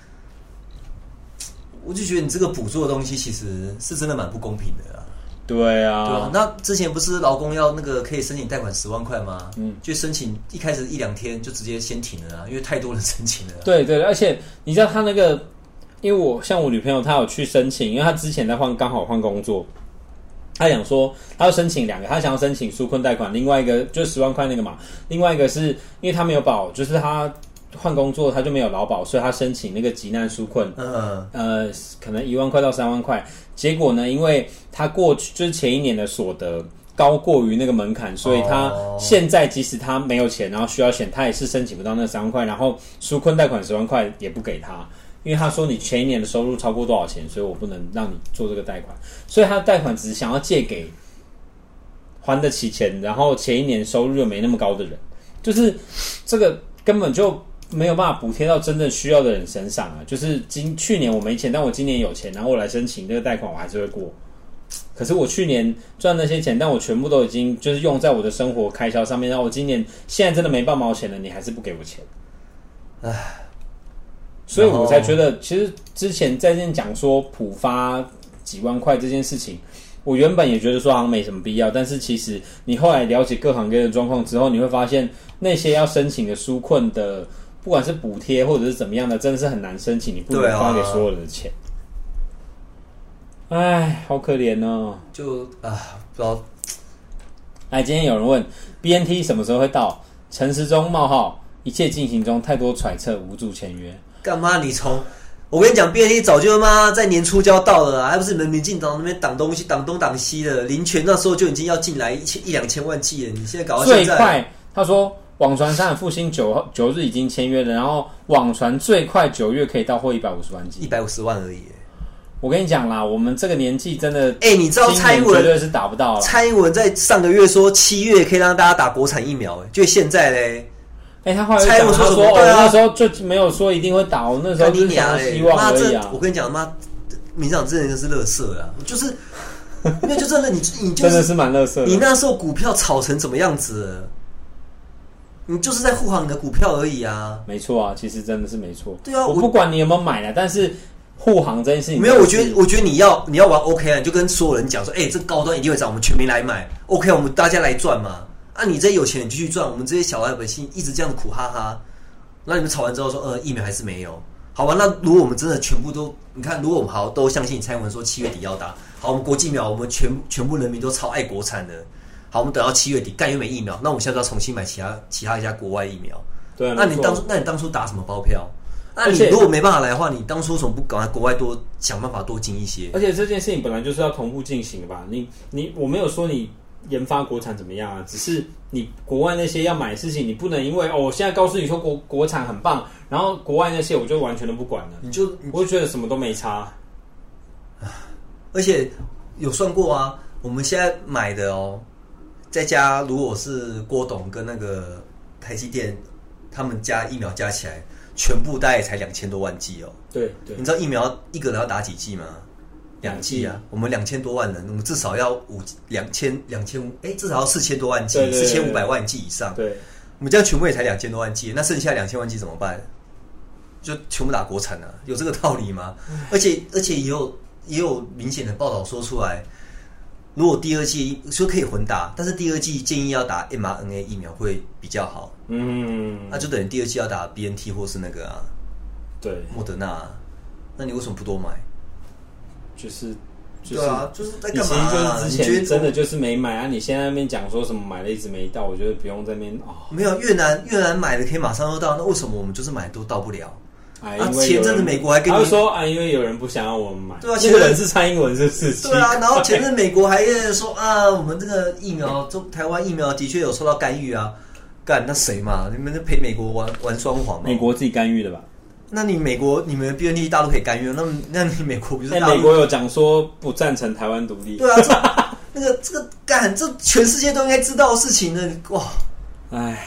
我就觉得你这个补助的东西其实是真的蛮不公平的啦。 对啊， 对啊。那之前不是劳工要那个可以申请贷款十万块吗？嗯，就申请一开始一两天就直接先停了啊，因为太多人申请了。 对对，而且你知道他那个，因为我像我女朋友，她有去申请，因为她之前在换刚好换工作，她想说她要申请两个，她想要申请纾困贷款，另外一个就是十万块那个嘛，另外一个是因为她没有保，就是她。换工作他就没有劳保，所以他申请那个急难纾困，嗯，呃，可能一万块到三万块。结果呢，因为他过去就是前一年的所得高过于那个门槛，所以他现在即使他没有钱，然后需要钱，他也是申请不到那三万块。然后纾困贷款十万块也不给他，因为他说你前一年的收入超过多少钱，所以我不能让你做这个贷款。所以他的贷款只是想要借给还得起钱，然后前一年收入又没那么高的人，就是这个根本就。没有办法补贴到真正需要的人身上啊！就是今去年我没钱，但我今年有钱，然后我来申请这个贷款，我还是会过。可是我去年赚那些钱，但我全部都已经就是用在我的生活开销上面，然后我今年现在真的没半毛钱了，你还是不给我钱，唉，所以我才觉得，其实之前在这讲说普发几万块这件事情，我原本也觉得说好像没什么必要，但是其实你后来了解各行各业的状况之后，你会发现那些要申请的纾困的。不管是补贴或者是怎么样的，真的是很难申请，你不能发给所有人的钱。哎，好可怜哦！ 就啊，不知道。 哎，今天有人问 B N T 什么时候会到？陈时中冒号，一切进行中，太多揣测，无助签约。 干嘛？你从我跟你讲 ，B N T 早就妈在年初就要到了、啊，还不是你们民进党那边挡东西、挡东挡西的，林权那时候就已经要进来一千一两千万剂了，你现在搞到现在最快，他说网传山海复兴九九日已经签约了，然后网传最快九月可以到货一百五十万剂， 一百五十万而已。 我跟你讲啦，我们这个年纪真的， 哎、欸，你知道蔡英文绝对是打不到了。 蔡英文在上个月说七月可以让大家打国产疫苗、欸，就现在嘞。 哎、欸，他后来讲，他说、啊、哦，那时候就没有说一定会打，我那时候就是想希望而已啊。 我跟你讲，妈，民进党真的是垃圾啊！就是因为就真的你你、就是、 真的是蛮垃圾的。 你那时候股票炒成怎么样子了？你就是在护航你的股票而已啊。 没错啊，其实真的是没错。 对啊， 我不管你有没有买啦，但是护航这件事情没有，我觉得我觉得你要你要玩 OK 啊，你就跟所有人讲说，哎、欸，这高端一定会涨，我们全民来买 ，OK， 我们大家来赚嘛。啊，你这些有钱人继续赚，我们这些小老百姓一直这样苦哈哈。那你们吵完之后说，呃，疫苗还是没有，好吧？那如果我们真的全部都，你看，如果我们好都相信蔡英文说七月底要打，好，我们国际疫苗，我们全全部人民都超爱国产的，好，我们等到七月底干又没疫苗，那我们现在就要重新买其他其他一家国外疫苗。 对啊， 那你当初那你当初打什么包票？那你如果没办法来的话，你当初为什么不赶快国外多想办法多进一些？ 而且这件事情本来就是要同步进行的吧？你你我没有说你研发国产怎么样啊，只是你国外那些要买的事情，你不能因为哦，我现在告诉你说国国产很棒，然后国外那些我就完全都不管了， 你就我就觉得什么都没差。 而且有算过啊，我们现在买的哦，再加如果是郭董跟那个台积电他们加疫苗加起来，全部大概才两千多万剂哦。 对对， 你知道疫苗一个人要打几剂吗？两剂啊，我们两千多万人，我们至少要五两千两千五，哎，至少要四千多万剂，四千五百万剂以上。 对， 我们这样全部也才两千多万剂，那剩下两千万剂怎么办？就全部打国产啊，有这个道理吗？而且而且也有也有明显的报道说出来，如果第二剂说可以混打，但是第二剂建议要打 M R N A 疫苗会比较好。嗯，那就等于第二剂要打 B N T 或是那个啊， 对， 莫德纳、啊。那你为什么不多买？ 就是，就是、 对啊，就是在干嘛、 啊？你其实就是之前真的就是没买啊！你现在那边讲说什么买了一直没到，我觉得不用在那边哦。 没有越南越南买的可以马上都到，那为什么我们就是买都到不了？ 哎， 啊，前阵子美国还跟你说啊，因为有人不想要我们买， 对啊， 那个人是蔡英文，是不是？ 对啊，然后前阵美国还说啊，我们这个疫苗，中台湾疫苗的确有受到干预啊，干那谁嘛？你们就陪美国玩玩双簧嘛？ 美国自己干预的吧？ 那你美国你们 B N T 大陆可以干预，那那你美国不是？ 那美国有讲说不赞成台湾独立？ 对啊，这那个这个干，这全世界都应该知道的事情呢，哇！ 唉，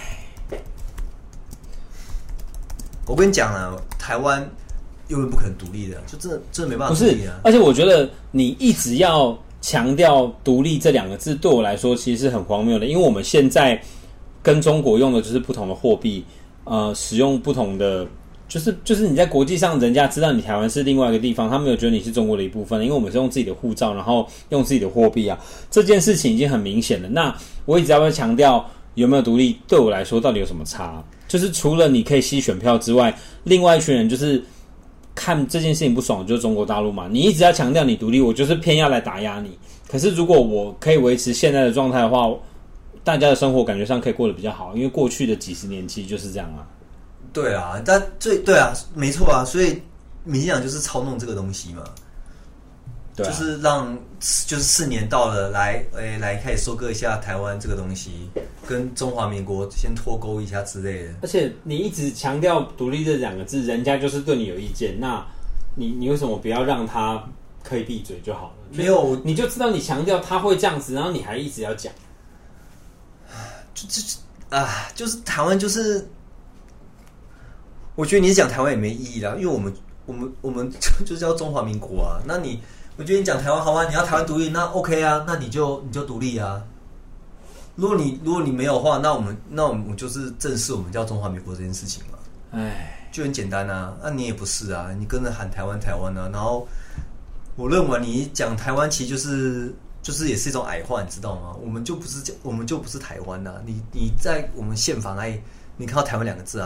我跟你讲啊，台湾永远不可能独立的，就真的真的没办法独立啊！ 而且我觉得你一直要强调独立这两个字，对我来说其实是很荒谬的，因为我们现在跟中国用的就是不同的货币，呃，使用不同的。就是就是你在国际上，人家知道你台湾是另外一个地方，他没有觉得你是中国的一部分，因为我们是用自己的护照，然后用自己的货币啊，这件事情已经很明显了。那我一直要强调有没有独立，对我来说到底有什么差？就是除了你可以吸选票之外，另外一群人就是看这件事情不爽，就是中国大陆嘛。你一直要强调你独立，我就是偏要来打压你。可是如果我可以维持现在的状态的话，大家的生活感觉上可以过得比较好，因为过去的几十年其实就是这样啊。 对啊，但最对啊，没错啊，所以民进党就是操弄这个东西嘛， 对啊、 就是让就是四年到了，来诶来开始收割一下台湾这个东西，跟中华民国先脱钩一下之类的。 而且你一直强调独立这两个字，人家就是对你有意见，那你你为什么不要让他可以闭嘴就好了？ 没有， 你就知道你强调他会这样子，然后你还一直要讲， 就就啊，就是台湾就是。我觉得你讲台湾也没意义啦，因为我们我们我们就就叫中华民国啊。那你，我觉得你讲台湾好啊，你要台湾独立，那 OK 啊，那你就你就独立啊。如果你如果你没有的话，那我们那我们就是正视我们叫中华民国这件事情嘛。唉，就很简单啊。那你也不是啊，你跟着喊台湾台湾啊，然后我认为你讲台湾其实就是就是也是一种矮化，你知道吗？我们就不是我们就不是台湾啊。你你在我们宪法那里，你看到台湾两个字啊。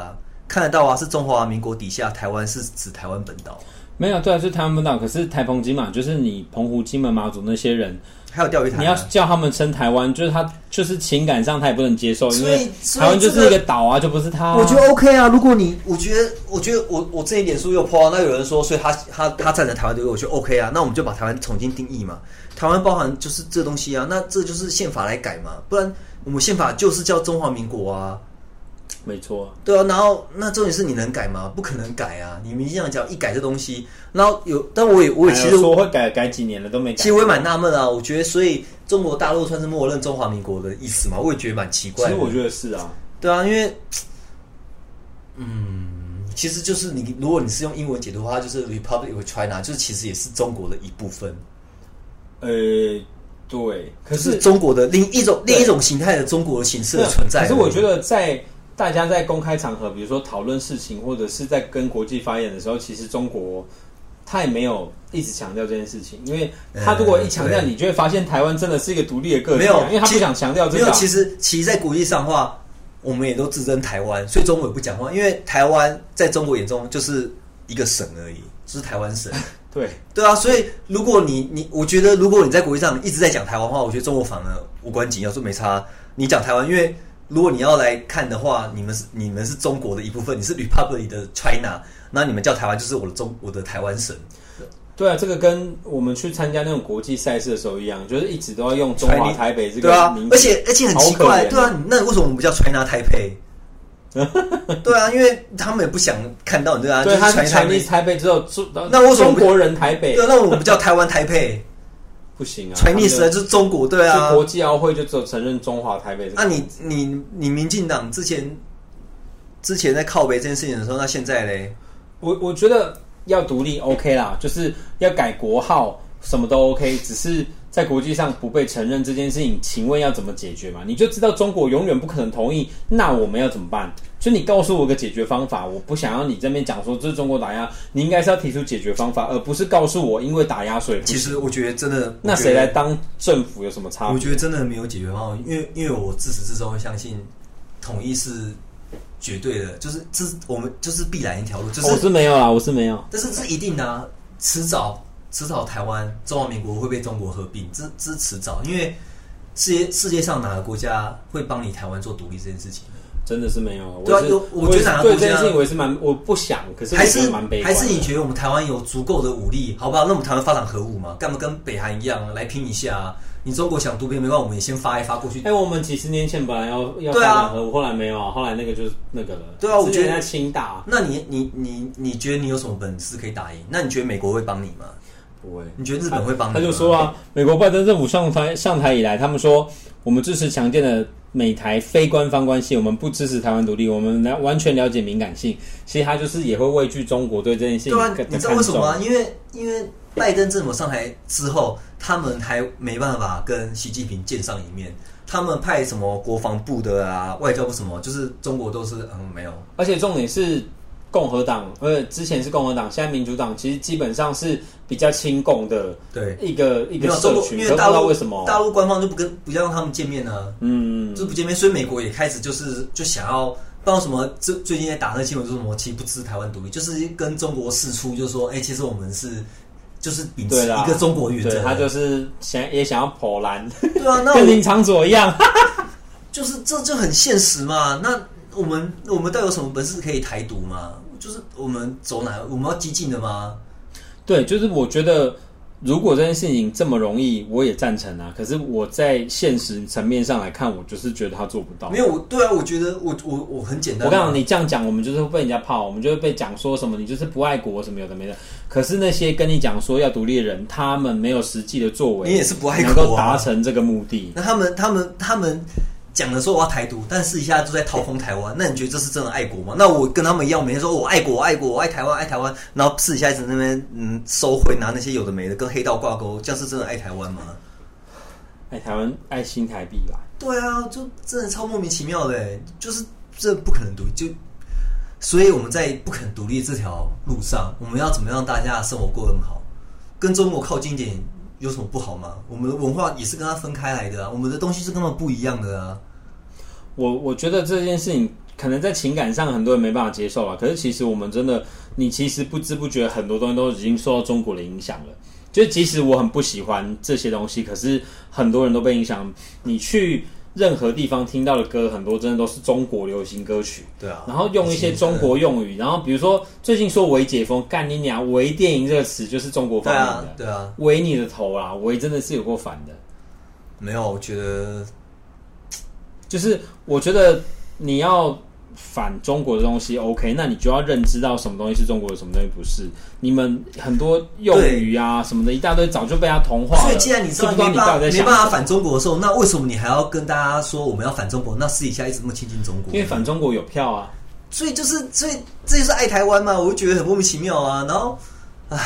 看得到啊，是中华民国底下，台湾是指台湾本岛。 没有，对啊，是台湾本岛。可是台澎金马就是你澎湖、金门、马祖那些人， 还有钓鱼台、啊， 你要叫他们称台湾，就是他就是情感上他也不能接受，因为台湾就是一个岛啊，就不是他、啊。 我觉得 OK 啊，如果你，我觉得，我觉得我我这一点书又 po 那有人说，所以他他他赞成台湾对，我觉得 OK 啊，那我们就把台湾重新定义嘛，台湾包含就是这东西啊，那这就是宪法来改嘛，不然我们宪法就是叫中华民国啊。 没错， 对啊，然后那重点是你能改吗？不可能改啊！你民进党只要一改这东西，然后有，但我也我也其实说会改改几年了都没改。 其实我也蛮纳闷啊，我觉得所以中国大陆算是默认中华民国的意思嘛，我也觉得蛮奇怪的。 其实我觉得是啊， 对啊，因为嗯，其实就是你如果你是用英文解读的话，它就是 Republic of China， 就是其实也是中国的一部分。 呃。对，可是就是中国的另一种另一种形态的中国的形式的存在。 可是我觉得在大家在公开场合，比如说讨论事情，或者是在跟国际发言的时候，其实中国他也没有一直强调这件事情，因为他如果一强调，你就会发现台湾真的是一个独立的个体、啊， 没有， 因为他不想强调这个、啊。 没有，其实其实，在国际上的话，我们也都自称台湾，所以中国也不讲话，因为台湾在中国眼中就是一个省而已，就是台湾省。 对对啊，所以如果你你，我觉得如果你在国际上一直在讲台湾话，我觉得中国反而无关紧要，说没差。你讲台湾，因为如果你要来看的话，你们是你们是中国的一部分，你是 Republic 的 China， 那你们叫台湾就是我的中我的台湾省。 对啊，这个跟我们去参加那种国际赛事的时候一样，就是一直都要用中华台北这个名字。 对啊，而且而且很奇怪，对啊，那为什么我们不叫 China Taipei？对啊，因为他们也不想看到你对啊， 对， 就是传递台北之后， 那为什么中国人台北？ 对，那我们不叫台湾台北？ 不行啊， 传递时就是中国，对啊， 国际奥会就只有承认中华台北。 那你你你民进党之前之前在靠北这件事情的时候，那现在嘞？ 我我觉得要独立 OK 啦，就是要改国号什么都 OK， 只是在国际上不被承认这件事情，请问要怎么解决嘛？你就知道中国永远不可能同意，那我们要怎么办？就你告诉我个解决方法，我不想要你这边讲说这是中国打压，你应该是要提出解决方法，而不是告诉我因为打压所以不行。 其实我觉得真的， 那谁来当政府有什么差别？ 我觉得真的没有解决方法，因为因为我自始至终会相信统一是绝对的，就是这我们就是必然一条路，就是我是没有啦，我是没有， 但是是一定的啊，迟早迟早台湾中华民国会被中国合并，这这是迟早，因为世界世界上哪个国家会帮你台湾做独立这件事情？ 真的是没有。 对啊，有我觉得哪个国家对这件事情我也是蛮我不想，可是我觉得蛮悲观的。 还是你觉得我们台湾有足够的武力，好不好？那我们台湾发展核武嘛，干嘛跟北韩一样来拼一下、啊？你中国想独立没关系，我们也先发一发过去。 哎、欸，我们几十年前本来要要发展核武、啊，后来没有啊，后来那个就是那个了。 对啊，我觉得在清大。 那你你你你觉得你有什么本事可以打赢？那你觉得美国会帮你吗？ 不会。 你觉得日本会帮你吗？ 他就说啊，美国拜登政府上台上台以来，他们说我们支持强健的美台非官方关系，我们不支持台湾独立，我们完全了解敏感性。其实他就是也会畏惧中国对这件事情。 对啊，你知道为什么吗？因为因为拜登政府上台之后，他们还没办法跟习近平见上一面。他们派什么国防部的啊、外交部什么，就是中国都是嗯没有。 而且重点是共和党，呃，之前是共和党，现在民主党其实基本上是比较亲共的， 对一个一个社群。 因为大陆为什么大陆官方就不跟不让他们见面呢、啊？ 嗯， 就不见面，所以美国也开始就是就想要不知道什么，最最近在打那新闻说什么，其实不支持台湾独立，就是跟中国释出，就是说，哎、欸，其实我们是就是秉持一个中国原则， 对他就是想也想要破蓝， 对啊，那跟林长佐一样， 就是这就很现实嘛。那我们我们到底有什么本事可以台独吗？就是我们走哪？我们要激进的吗？ 对，就是我觉得如果这件事情这么容易，我也赞成啊。可是我在现实层面上来看，我就是觉得他做不到。 没有，我对啊，我觉得我我我很简单、啊。 我刚刚你这样讲，我们就是会被人家泡，我们就会被讲说什么你就是不爱国什么有的没的。可是那些跟你讲说要独立的人，他们没有实际的作为， 你也是不爱国、啊， 能够达成这个目的。 那他们他们他们。讲的说我要台独，但私底下就在掏空台湾，那你觉得这是真的爱国吗？那我跟他们一样，每天说我爱国，我爱国，我爱台湾，爱台湾，然后私底下一直在那边嗯收贿，拿那些有的没的，跟黑道挂钩，这样是真的爱台湾吗？ 爱台湾，爱新台币吧？ 对啊，就真的超莫名其妙的，就是这不可能独立，就所以我们在不肯独立这条路上，我们要怎么让大家的生活过得更好？跟中国靠近一点有什么不好吗？我们的文化也是跟它分开来的啊，我们的东西是根本不一样的啊。 我我觉得这件事情可能在情感上很多人没办法接受了，可是其实我们真的，你其实不知不觉很多东西都已经受到中国的影响了。就即使我很不喜欢这些东西，可是很多人都被影响。你去任何地方听到的歌，很多真的都是中国流行歌曲， 对啊， 然后用一些中国用语，然后比如说最近说微解封，干你娘，微电影这个词就是中国发明的， 对啊，对啊， 微你的头啦，微真的是有够烦的。 没有，我觉得就是我觉得你要反中国的东西 OK， 那你就要认知到什么东西是中国的，什么东西不是。你们很多用语啊什么的，一大堆早就被他同化了。 所以既然你知道你没办没办法反中国的时候，那为什么你还要跟大家说我们要反中国？那私底下一直那么亲近中国？ 因为反中国有票啊。 所以就是，所以这就是爱台湾嘛，我就觉得很莫名其妙啊。然后，唉，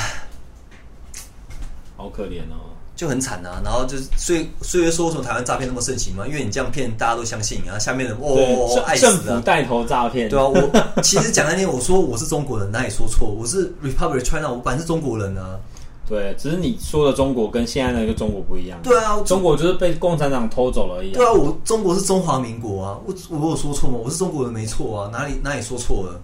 好可怜哦。 就很惨啊，然后就是，所以所以说为什么台湾诈骗那么盛行嘛？因为你这样骗，大家都相信啊，下面的哦，爱死了， 政府带头诈骗， 对啊，我其实讲那天我说我是中国人，哪里说错？我是 Republic China， 我本来是中国人啊。 对，只是你说的中国跟现在那个中国不一样。 对啊， 中国就是被共产党偷走了而已、啊。 对啊，我中国是中华民国啊，我我有说错吗？我是中国人没错啊，哪里哪里说错了？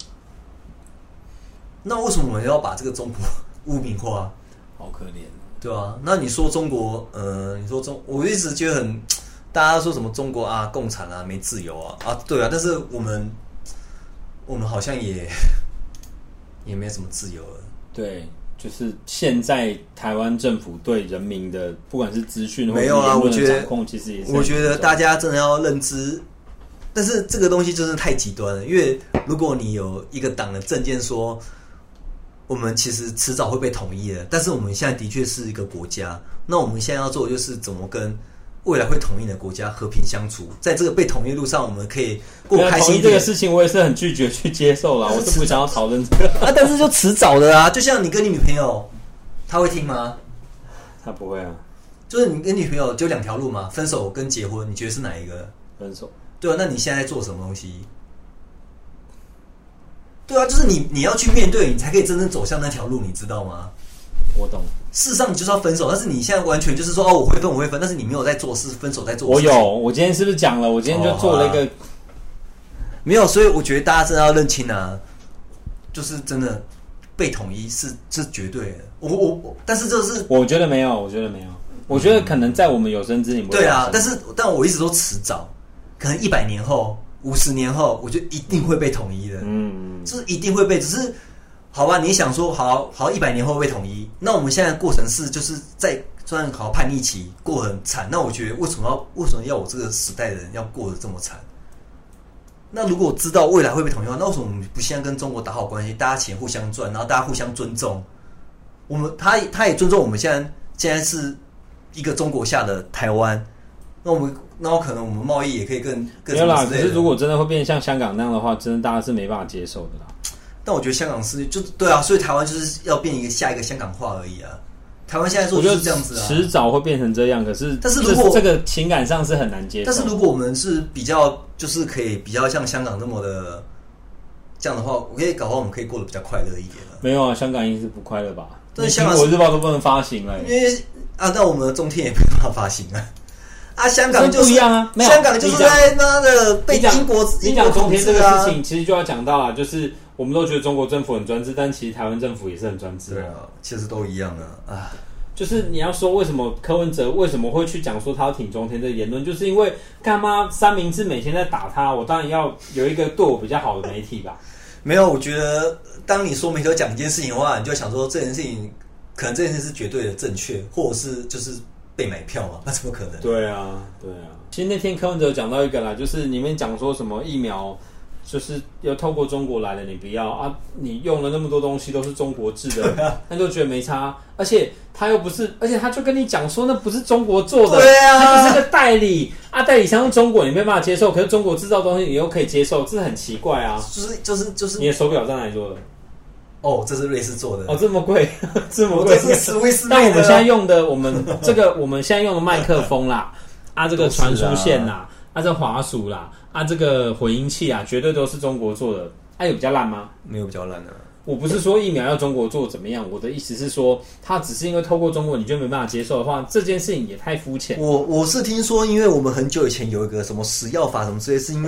那为什么我们要把这个中国污名化？ 好可怜。 对啊，那你说中国，呃，你说中，我一直觉得很，大家说什么中国啊，共产啊，没自由啊，啊，对啊，但是我们，我们好像也也没什么自由了。 对，就是现在台湾政府对人民的，不管是资讯或者言论的掌控，其实也是。 我觉得大家真的要认知，但是这个东西真的太极端了，因为如果你有一个党的政见说，我们其实迟早会被统一的，但是我们现在的确是一个国家，那我们现在要做的就是怎么跟未来会统一的国家和平相处，在这个被统一路上，我们可以过开心一点。统一这个事情，我也是很拒绝去接受啦，我是不想要讨论这个啊。但是就迟早的啊，就像你跟你女朋友，她会听吗？ 她不会啊。 就是你跟女朋友就两条路嘛，分手跟结婚，你觉得是哪一个？ 分手。对啊，那你现在在做什么东西？对啊，就是你你要去面对，你才可以真正走向那条路，你知道吗？ 我懂。 事实上，你就是要分手，但是你现在完全就是说哦，我会分，我会分，但是你没有在做事，分手在做事。 我有，我今天是不是讲了？我今天就做了一个，哦啊、 没有，所以我觉得大家真的要认清啊，就是真的被统一是是绝对的。我我我，但是这是我觉得没有，我觉得没有，我觉得可能在我们有生之年不会。 对啊，但是但我一直都迟早，可能一百年后。五十年后，我就一定会被统一的，嗯，就是一定会被。只是，好吧，你想说，好好一百年后被统一，那我们现在的过程是，就是在虽然好叛逆期过很惨，那我觉得为什么要为什么要我这个时代的人要过得这么惨？那如果知道未来会被统一的话，那为什么我们不现在跟中国打好关系，大家钱互相赚，然后大家互相尊重？我们他他也尊重我们现在现在是一个中国下的台湾。那我们，那可能我们贸易也可以更更没有啦。可是如果真的会变成像香港那样的话，真的大家是没办法接受的啦。 但我觉得香港是就对啊，所以台湾就是要变一个下一个香港化而已啊。台湾现在做就是这样子啊， 迟早会变成这样。可是， 但是如果这个情感上是很难接受。 但是如果我们是比较，就是可以比较像香港那么的这样的话，我可以搞到我们可以过得比较快乐一点了。 没有啊，香港应该是不快乐吧？ 但是香港 《苹果日报》都不能发行了、欸， 因为啊，那我们的中天也没办法发行啊。啊，香港就是不一样啊！没有， 香港就是在妈的被英国你讲中天这个事情，其实就要讲到啊，就是我们都觉得中国政府很专制，但其实台湾政府也是很专制。 对啊，其实都一样啊。啊， 就是你要说为什么柯文哲为什么会去讲说他要挺中天这个言论，就是因为干嘛三明治每天在打他，我当然要有一个对我比较好的媒体吧。 没有，我觉得当你说媒体有讲一件事情的话，你就想说这件事情可能这件事是绝对的正确，或者是就是。被买票嘛？那怎么可能？ 对啊，对啊。其实那天柯文哲讲到一个啦，就是你们讲说什么疫苗就是要透过中国来的，你不要啊！你用了那么多东西都是中国制的，那就觉得没差。而且他又不是，而且他就跟你讲说那不是中国做的， 对啊， 他就是个代理啊，代理商用中国你没办法接受，可是中国制造的东西你又可以接受，这很奇怪啊！ 就是就是就是， 你的手表在哪里做的？ 哦，这是瑞士做的。 哦，这么贵，这么贵。 这是史威斯。 但我们现在用的，我们这个我们现在用的麦克风啦，啊，这个传输线啦，啊，这滑鼠啦，啊，这个混音器啊，绝对都是中国做的。啊，有比较烂吗？ 没有比较烂的。 我不是说疫苗要中国做怎么样，我的意思是说，它只是因为透过中国你就没办法接受的话，这件事情也太肤浅。 我我是听说，因为我们很久以前有一个什么食药法什么之类，是因为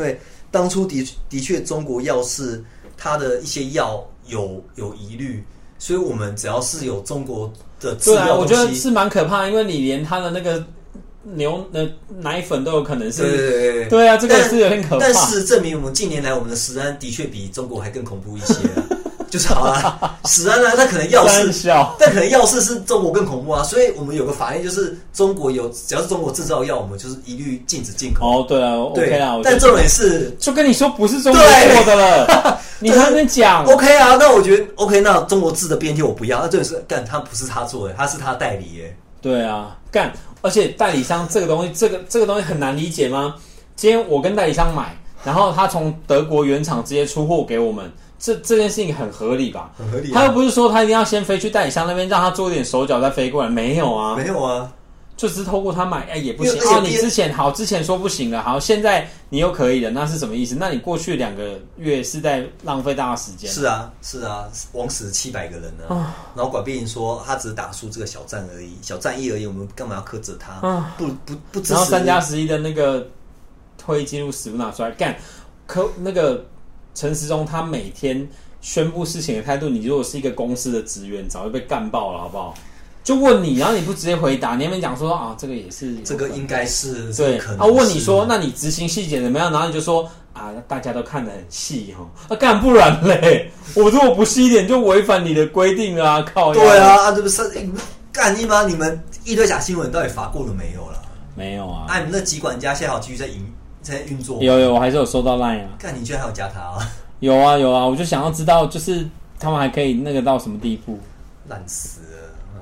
当初的的确中国药是它的一些药有有疑虑，所以我们只要是有中国的制药对啊，我觉得东西是蛮可怕，因为你连它的那个牛的奶粉都有可能是， 对对对对对啊，这个是有点可怕。 但事实证明，我们近年来我们的食安的确比中国还更恐怖一些啊。就是好啦，食安啊，它可能药事，但可能药事是中国更恐怖啊。所以我们有个法律，就是中国有只要是中国制造药，我们就是一律禁止进口。 哦，对啊 ，OK 啦。 但重点是， 就跟你说不是中国做的了，你还能讲 ？OK 啊，那我觉得 OK， 那中国制的 B N T 我不要。那重点是，干他不是他做的，他是他代理耶。 对啊，干，而且代理商这个东西，这个这个东西很难理解吗？今天我跟代理商买，然后他从德国原厂直接出货给我们。这这件事情很合理吧？ 很合理、啊。 他又不是说他一定要先飞去代理商那边，让他做点手脚再飞过来，没有啊， 没有啊， 就只是透过他买，哎也不行啊。你之前好，之前说不行了，好，现在你又可以了，那是什么意思？那你过去两个月是在浪费大家时间、啊。 是啊，是啊，枉死七百个人呢、啊。然后管碧莹说他只是打输这个小战而已，小战役而已，我们干嘛要苛责他？啊、不不不支持。 然后三加十一的那个会议记录死不拿出来干，可那个陈时中他每天宣布事情的态度，你如果是一个公司的职员，早就被干爆了，好不好？就问你，然后你不直接回答，你那边讲说啊，这个也是， 这个应该是， 对， 可能啊，问你说，那你执行细节怎么样？然后你就说啊，大家都看得很细哈，那、啊、干不然嘞，我如果不细一点，就违反你的规定啊，靠！ 对啊，这不是干你妈？你们一堆假新闻到底罚过了没有啦？ 没有啊， 啊，你们那疾管家现在好继续在营在运作？ 有有，我还是有收到 line 啊。 干，你居然还有加他啊？ 有啊有啊，我就想要知道，就是他们还可以那个到什么地步？ 烂死了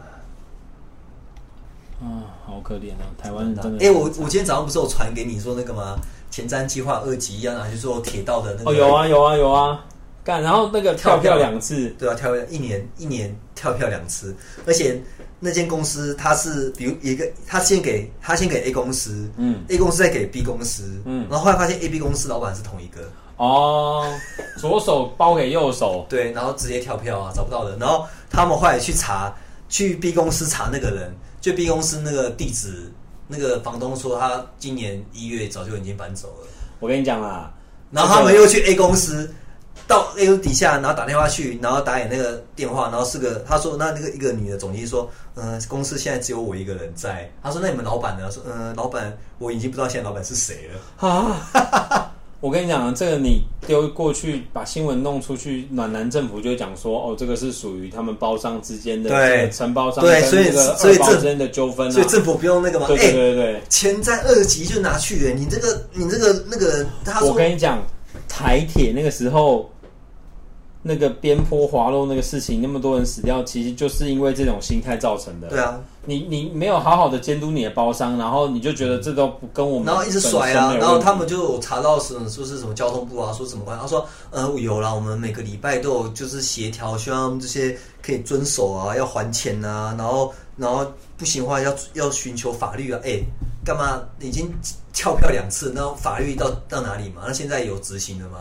啊，好可怜啊！台湾人真的。 哎、欸，我我今天早上不是有传给你说那个吗？前瞻计划二级要拿去做铁道的那个。 哦，有啊有啊有啊，干，然后那个跳票两次， 对啊，跳票一年一年跳票两次，而且那间公司它是比如一个，他先给他先给 A 公司，嗯 ，A 公司再给 B 公司，嗯，然后后来发现 A、B 公司老板是同一个。 哦，左手包给右手， 对，然后直接跳票啊，找不到人。然后他们后来去查，去 B 公司查那个人，就 B 公司那个地址，那个房东说他今年一月早就已经搬走了。 我跟你讲啦， 然后他们又去 A 公司，到 A 公司底下，然后打电话去，然后打给那个电话，然后是个他说那那个一个女的总经理说，呃，公司现在只有我一个人在。他说那你们老板呢？说呃，老板我已经不知道现在老板是谁了啊。我跟你讲，这个你丢过去，把新闻弄出去，暖男政府就会讲说，哦，这个是属于他们包商之间的，对，承包商跟这个二包之间的纠纷、啊， 所以政府不用那个嘛， 对对对对， 钱在二级就拿去了，你这个你这个那个，他说， 我跟你讲，台铁那个时候。那个边坡滑落那个事情，那么多人死掉，其实就是因为这种心态造成的。 对啊， 你你没有好好的监督你的包商，然后你就觉得这都不跟我们， 然后一直甩啊，然后他们就有查到什么说是什么交通部啊，说什么关，他说呃有啦，我们每个礼拜都有就是协调，希望这些可以遵守啊，要还钱啊，然后然后不行的话要要寻求法律啊，哎，干嘛已经跳票两次，那法律到到哪里嘛？那现在有执行了吗？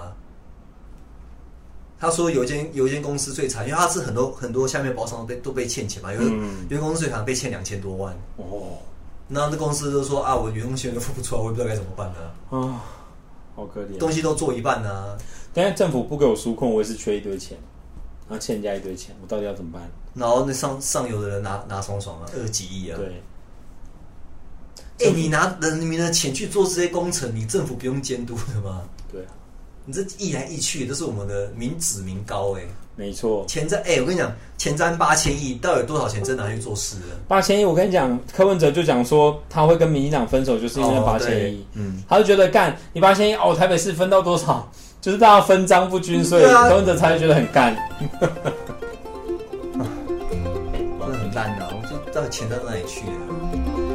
他说有一间有一间公司最惨，因为他是很多很多下面包商都被都被欠钱嘛，有一、嗯、有一间公司最惨被欠两千多万哦，然后那公司就说啊，我员工薪水付不出来，我也不知道该怎么办呢、啊。 啊，好可怜， 东西都做一半呢、啊。 但是政府不给我纾困，我也是缺一堆钱，然后欠人家一堆钱，我到底要怎么办？ 然后那上上游的人拿拿爽爽啊，二几亿啊。 对。 哎、欸，你拿人民的钱去做这些工程，你政府不用监督的吗？ 对啊。 你这一来一去都是我们的民脂民膏哎、欸， 没错。 前瞻哎，我跟你讲，前瞻八千亿，到底有多少钱真拿去做事了？ 八千亿，我跟你讲，柯文哲就讲说他会跟民进党分手，就是因为八千亿。嗯，他就觉得干你八千亿哦，台北市分到多少，就是大家分赃不均，所以柯文哲才会觉得很干。 真的很烂啊！我说到底钱到哪里去了？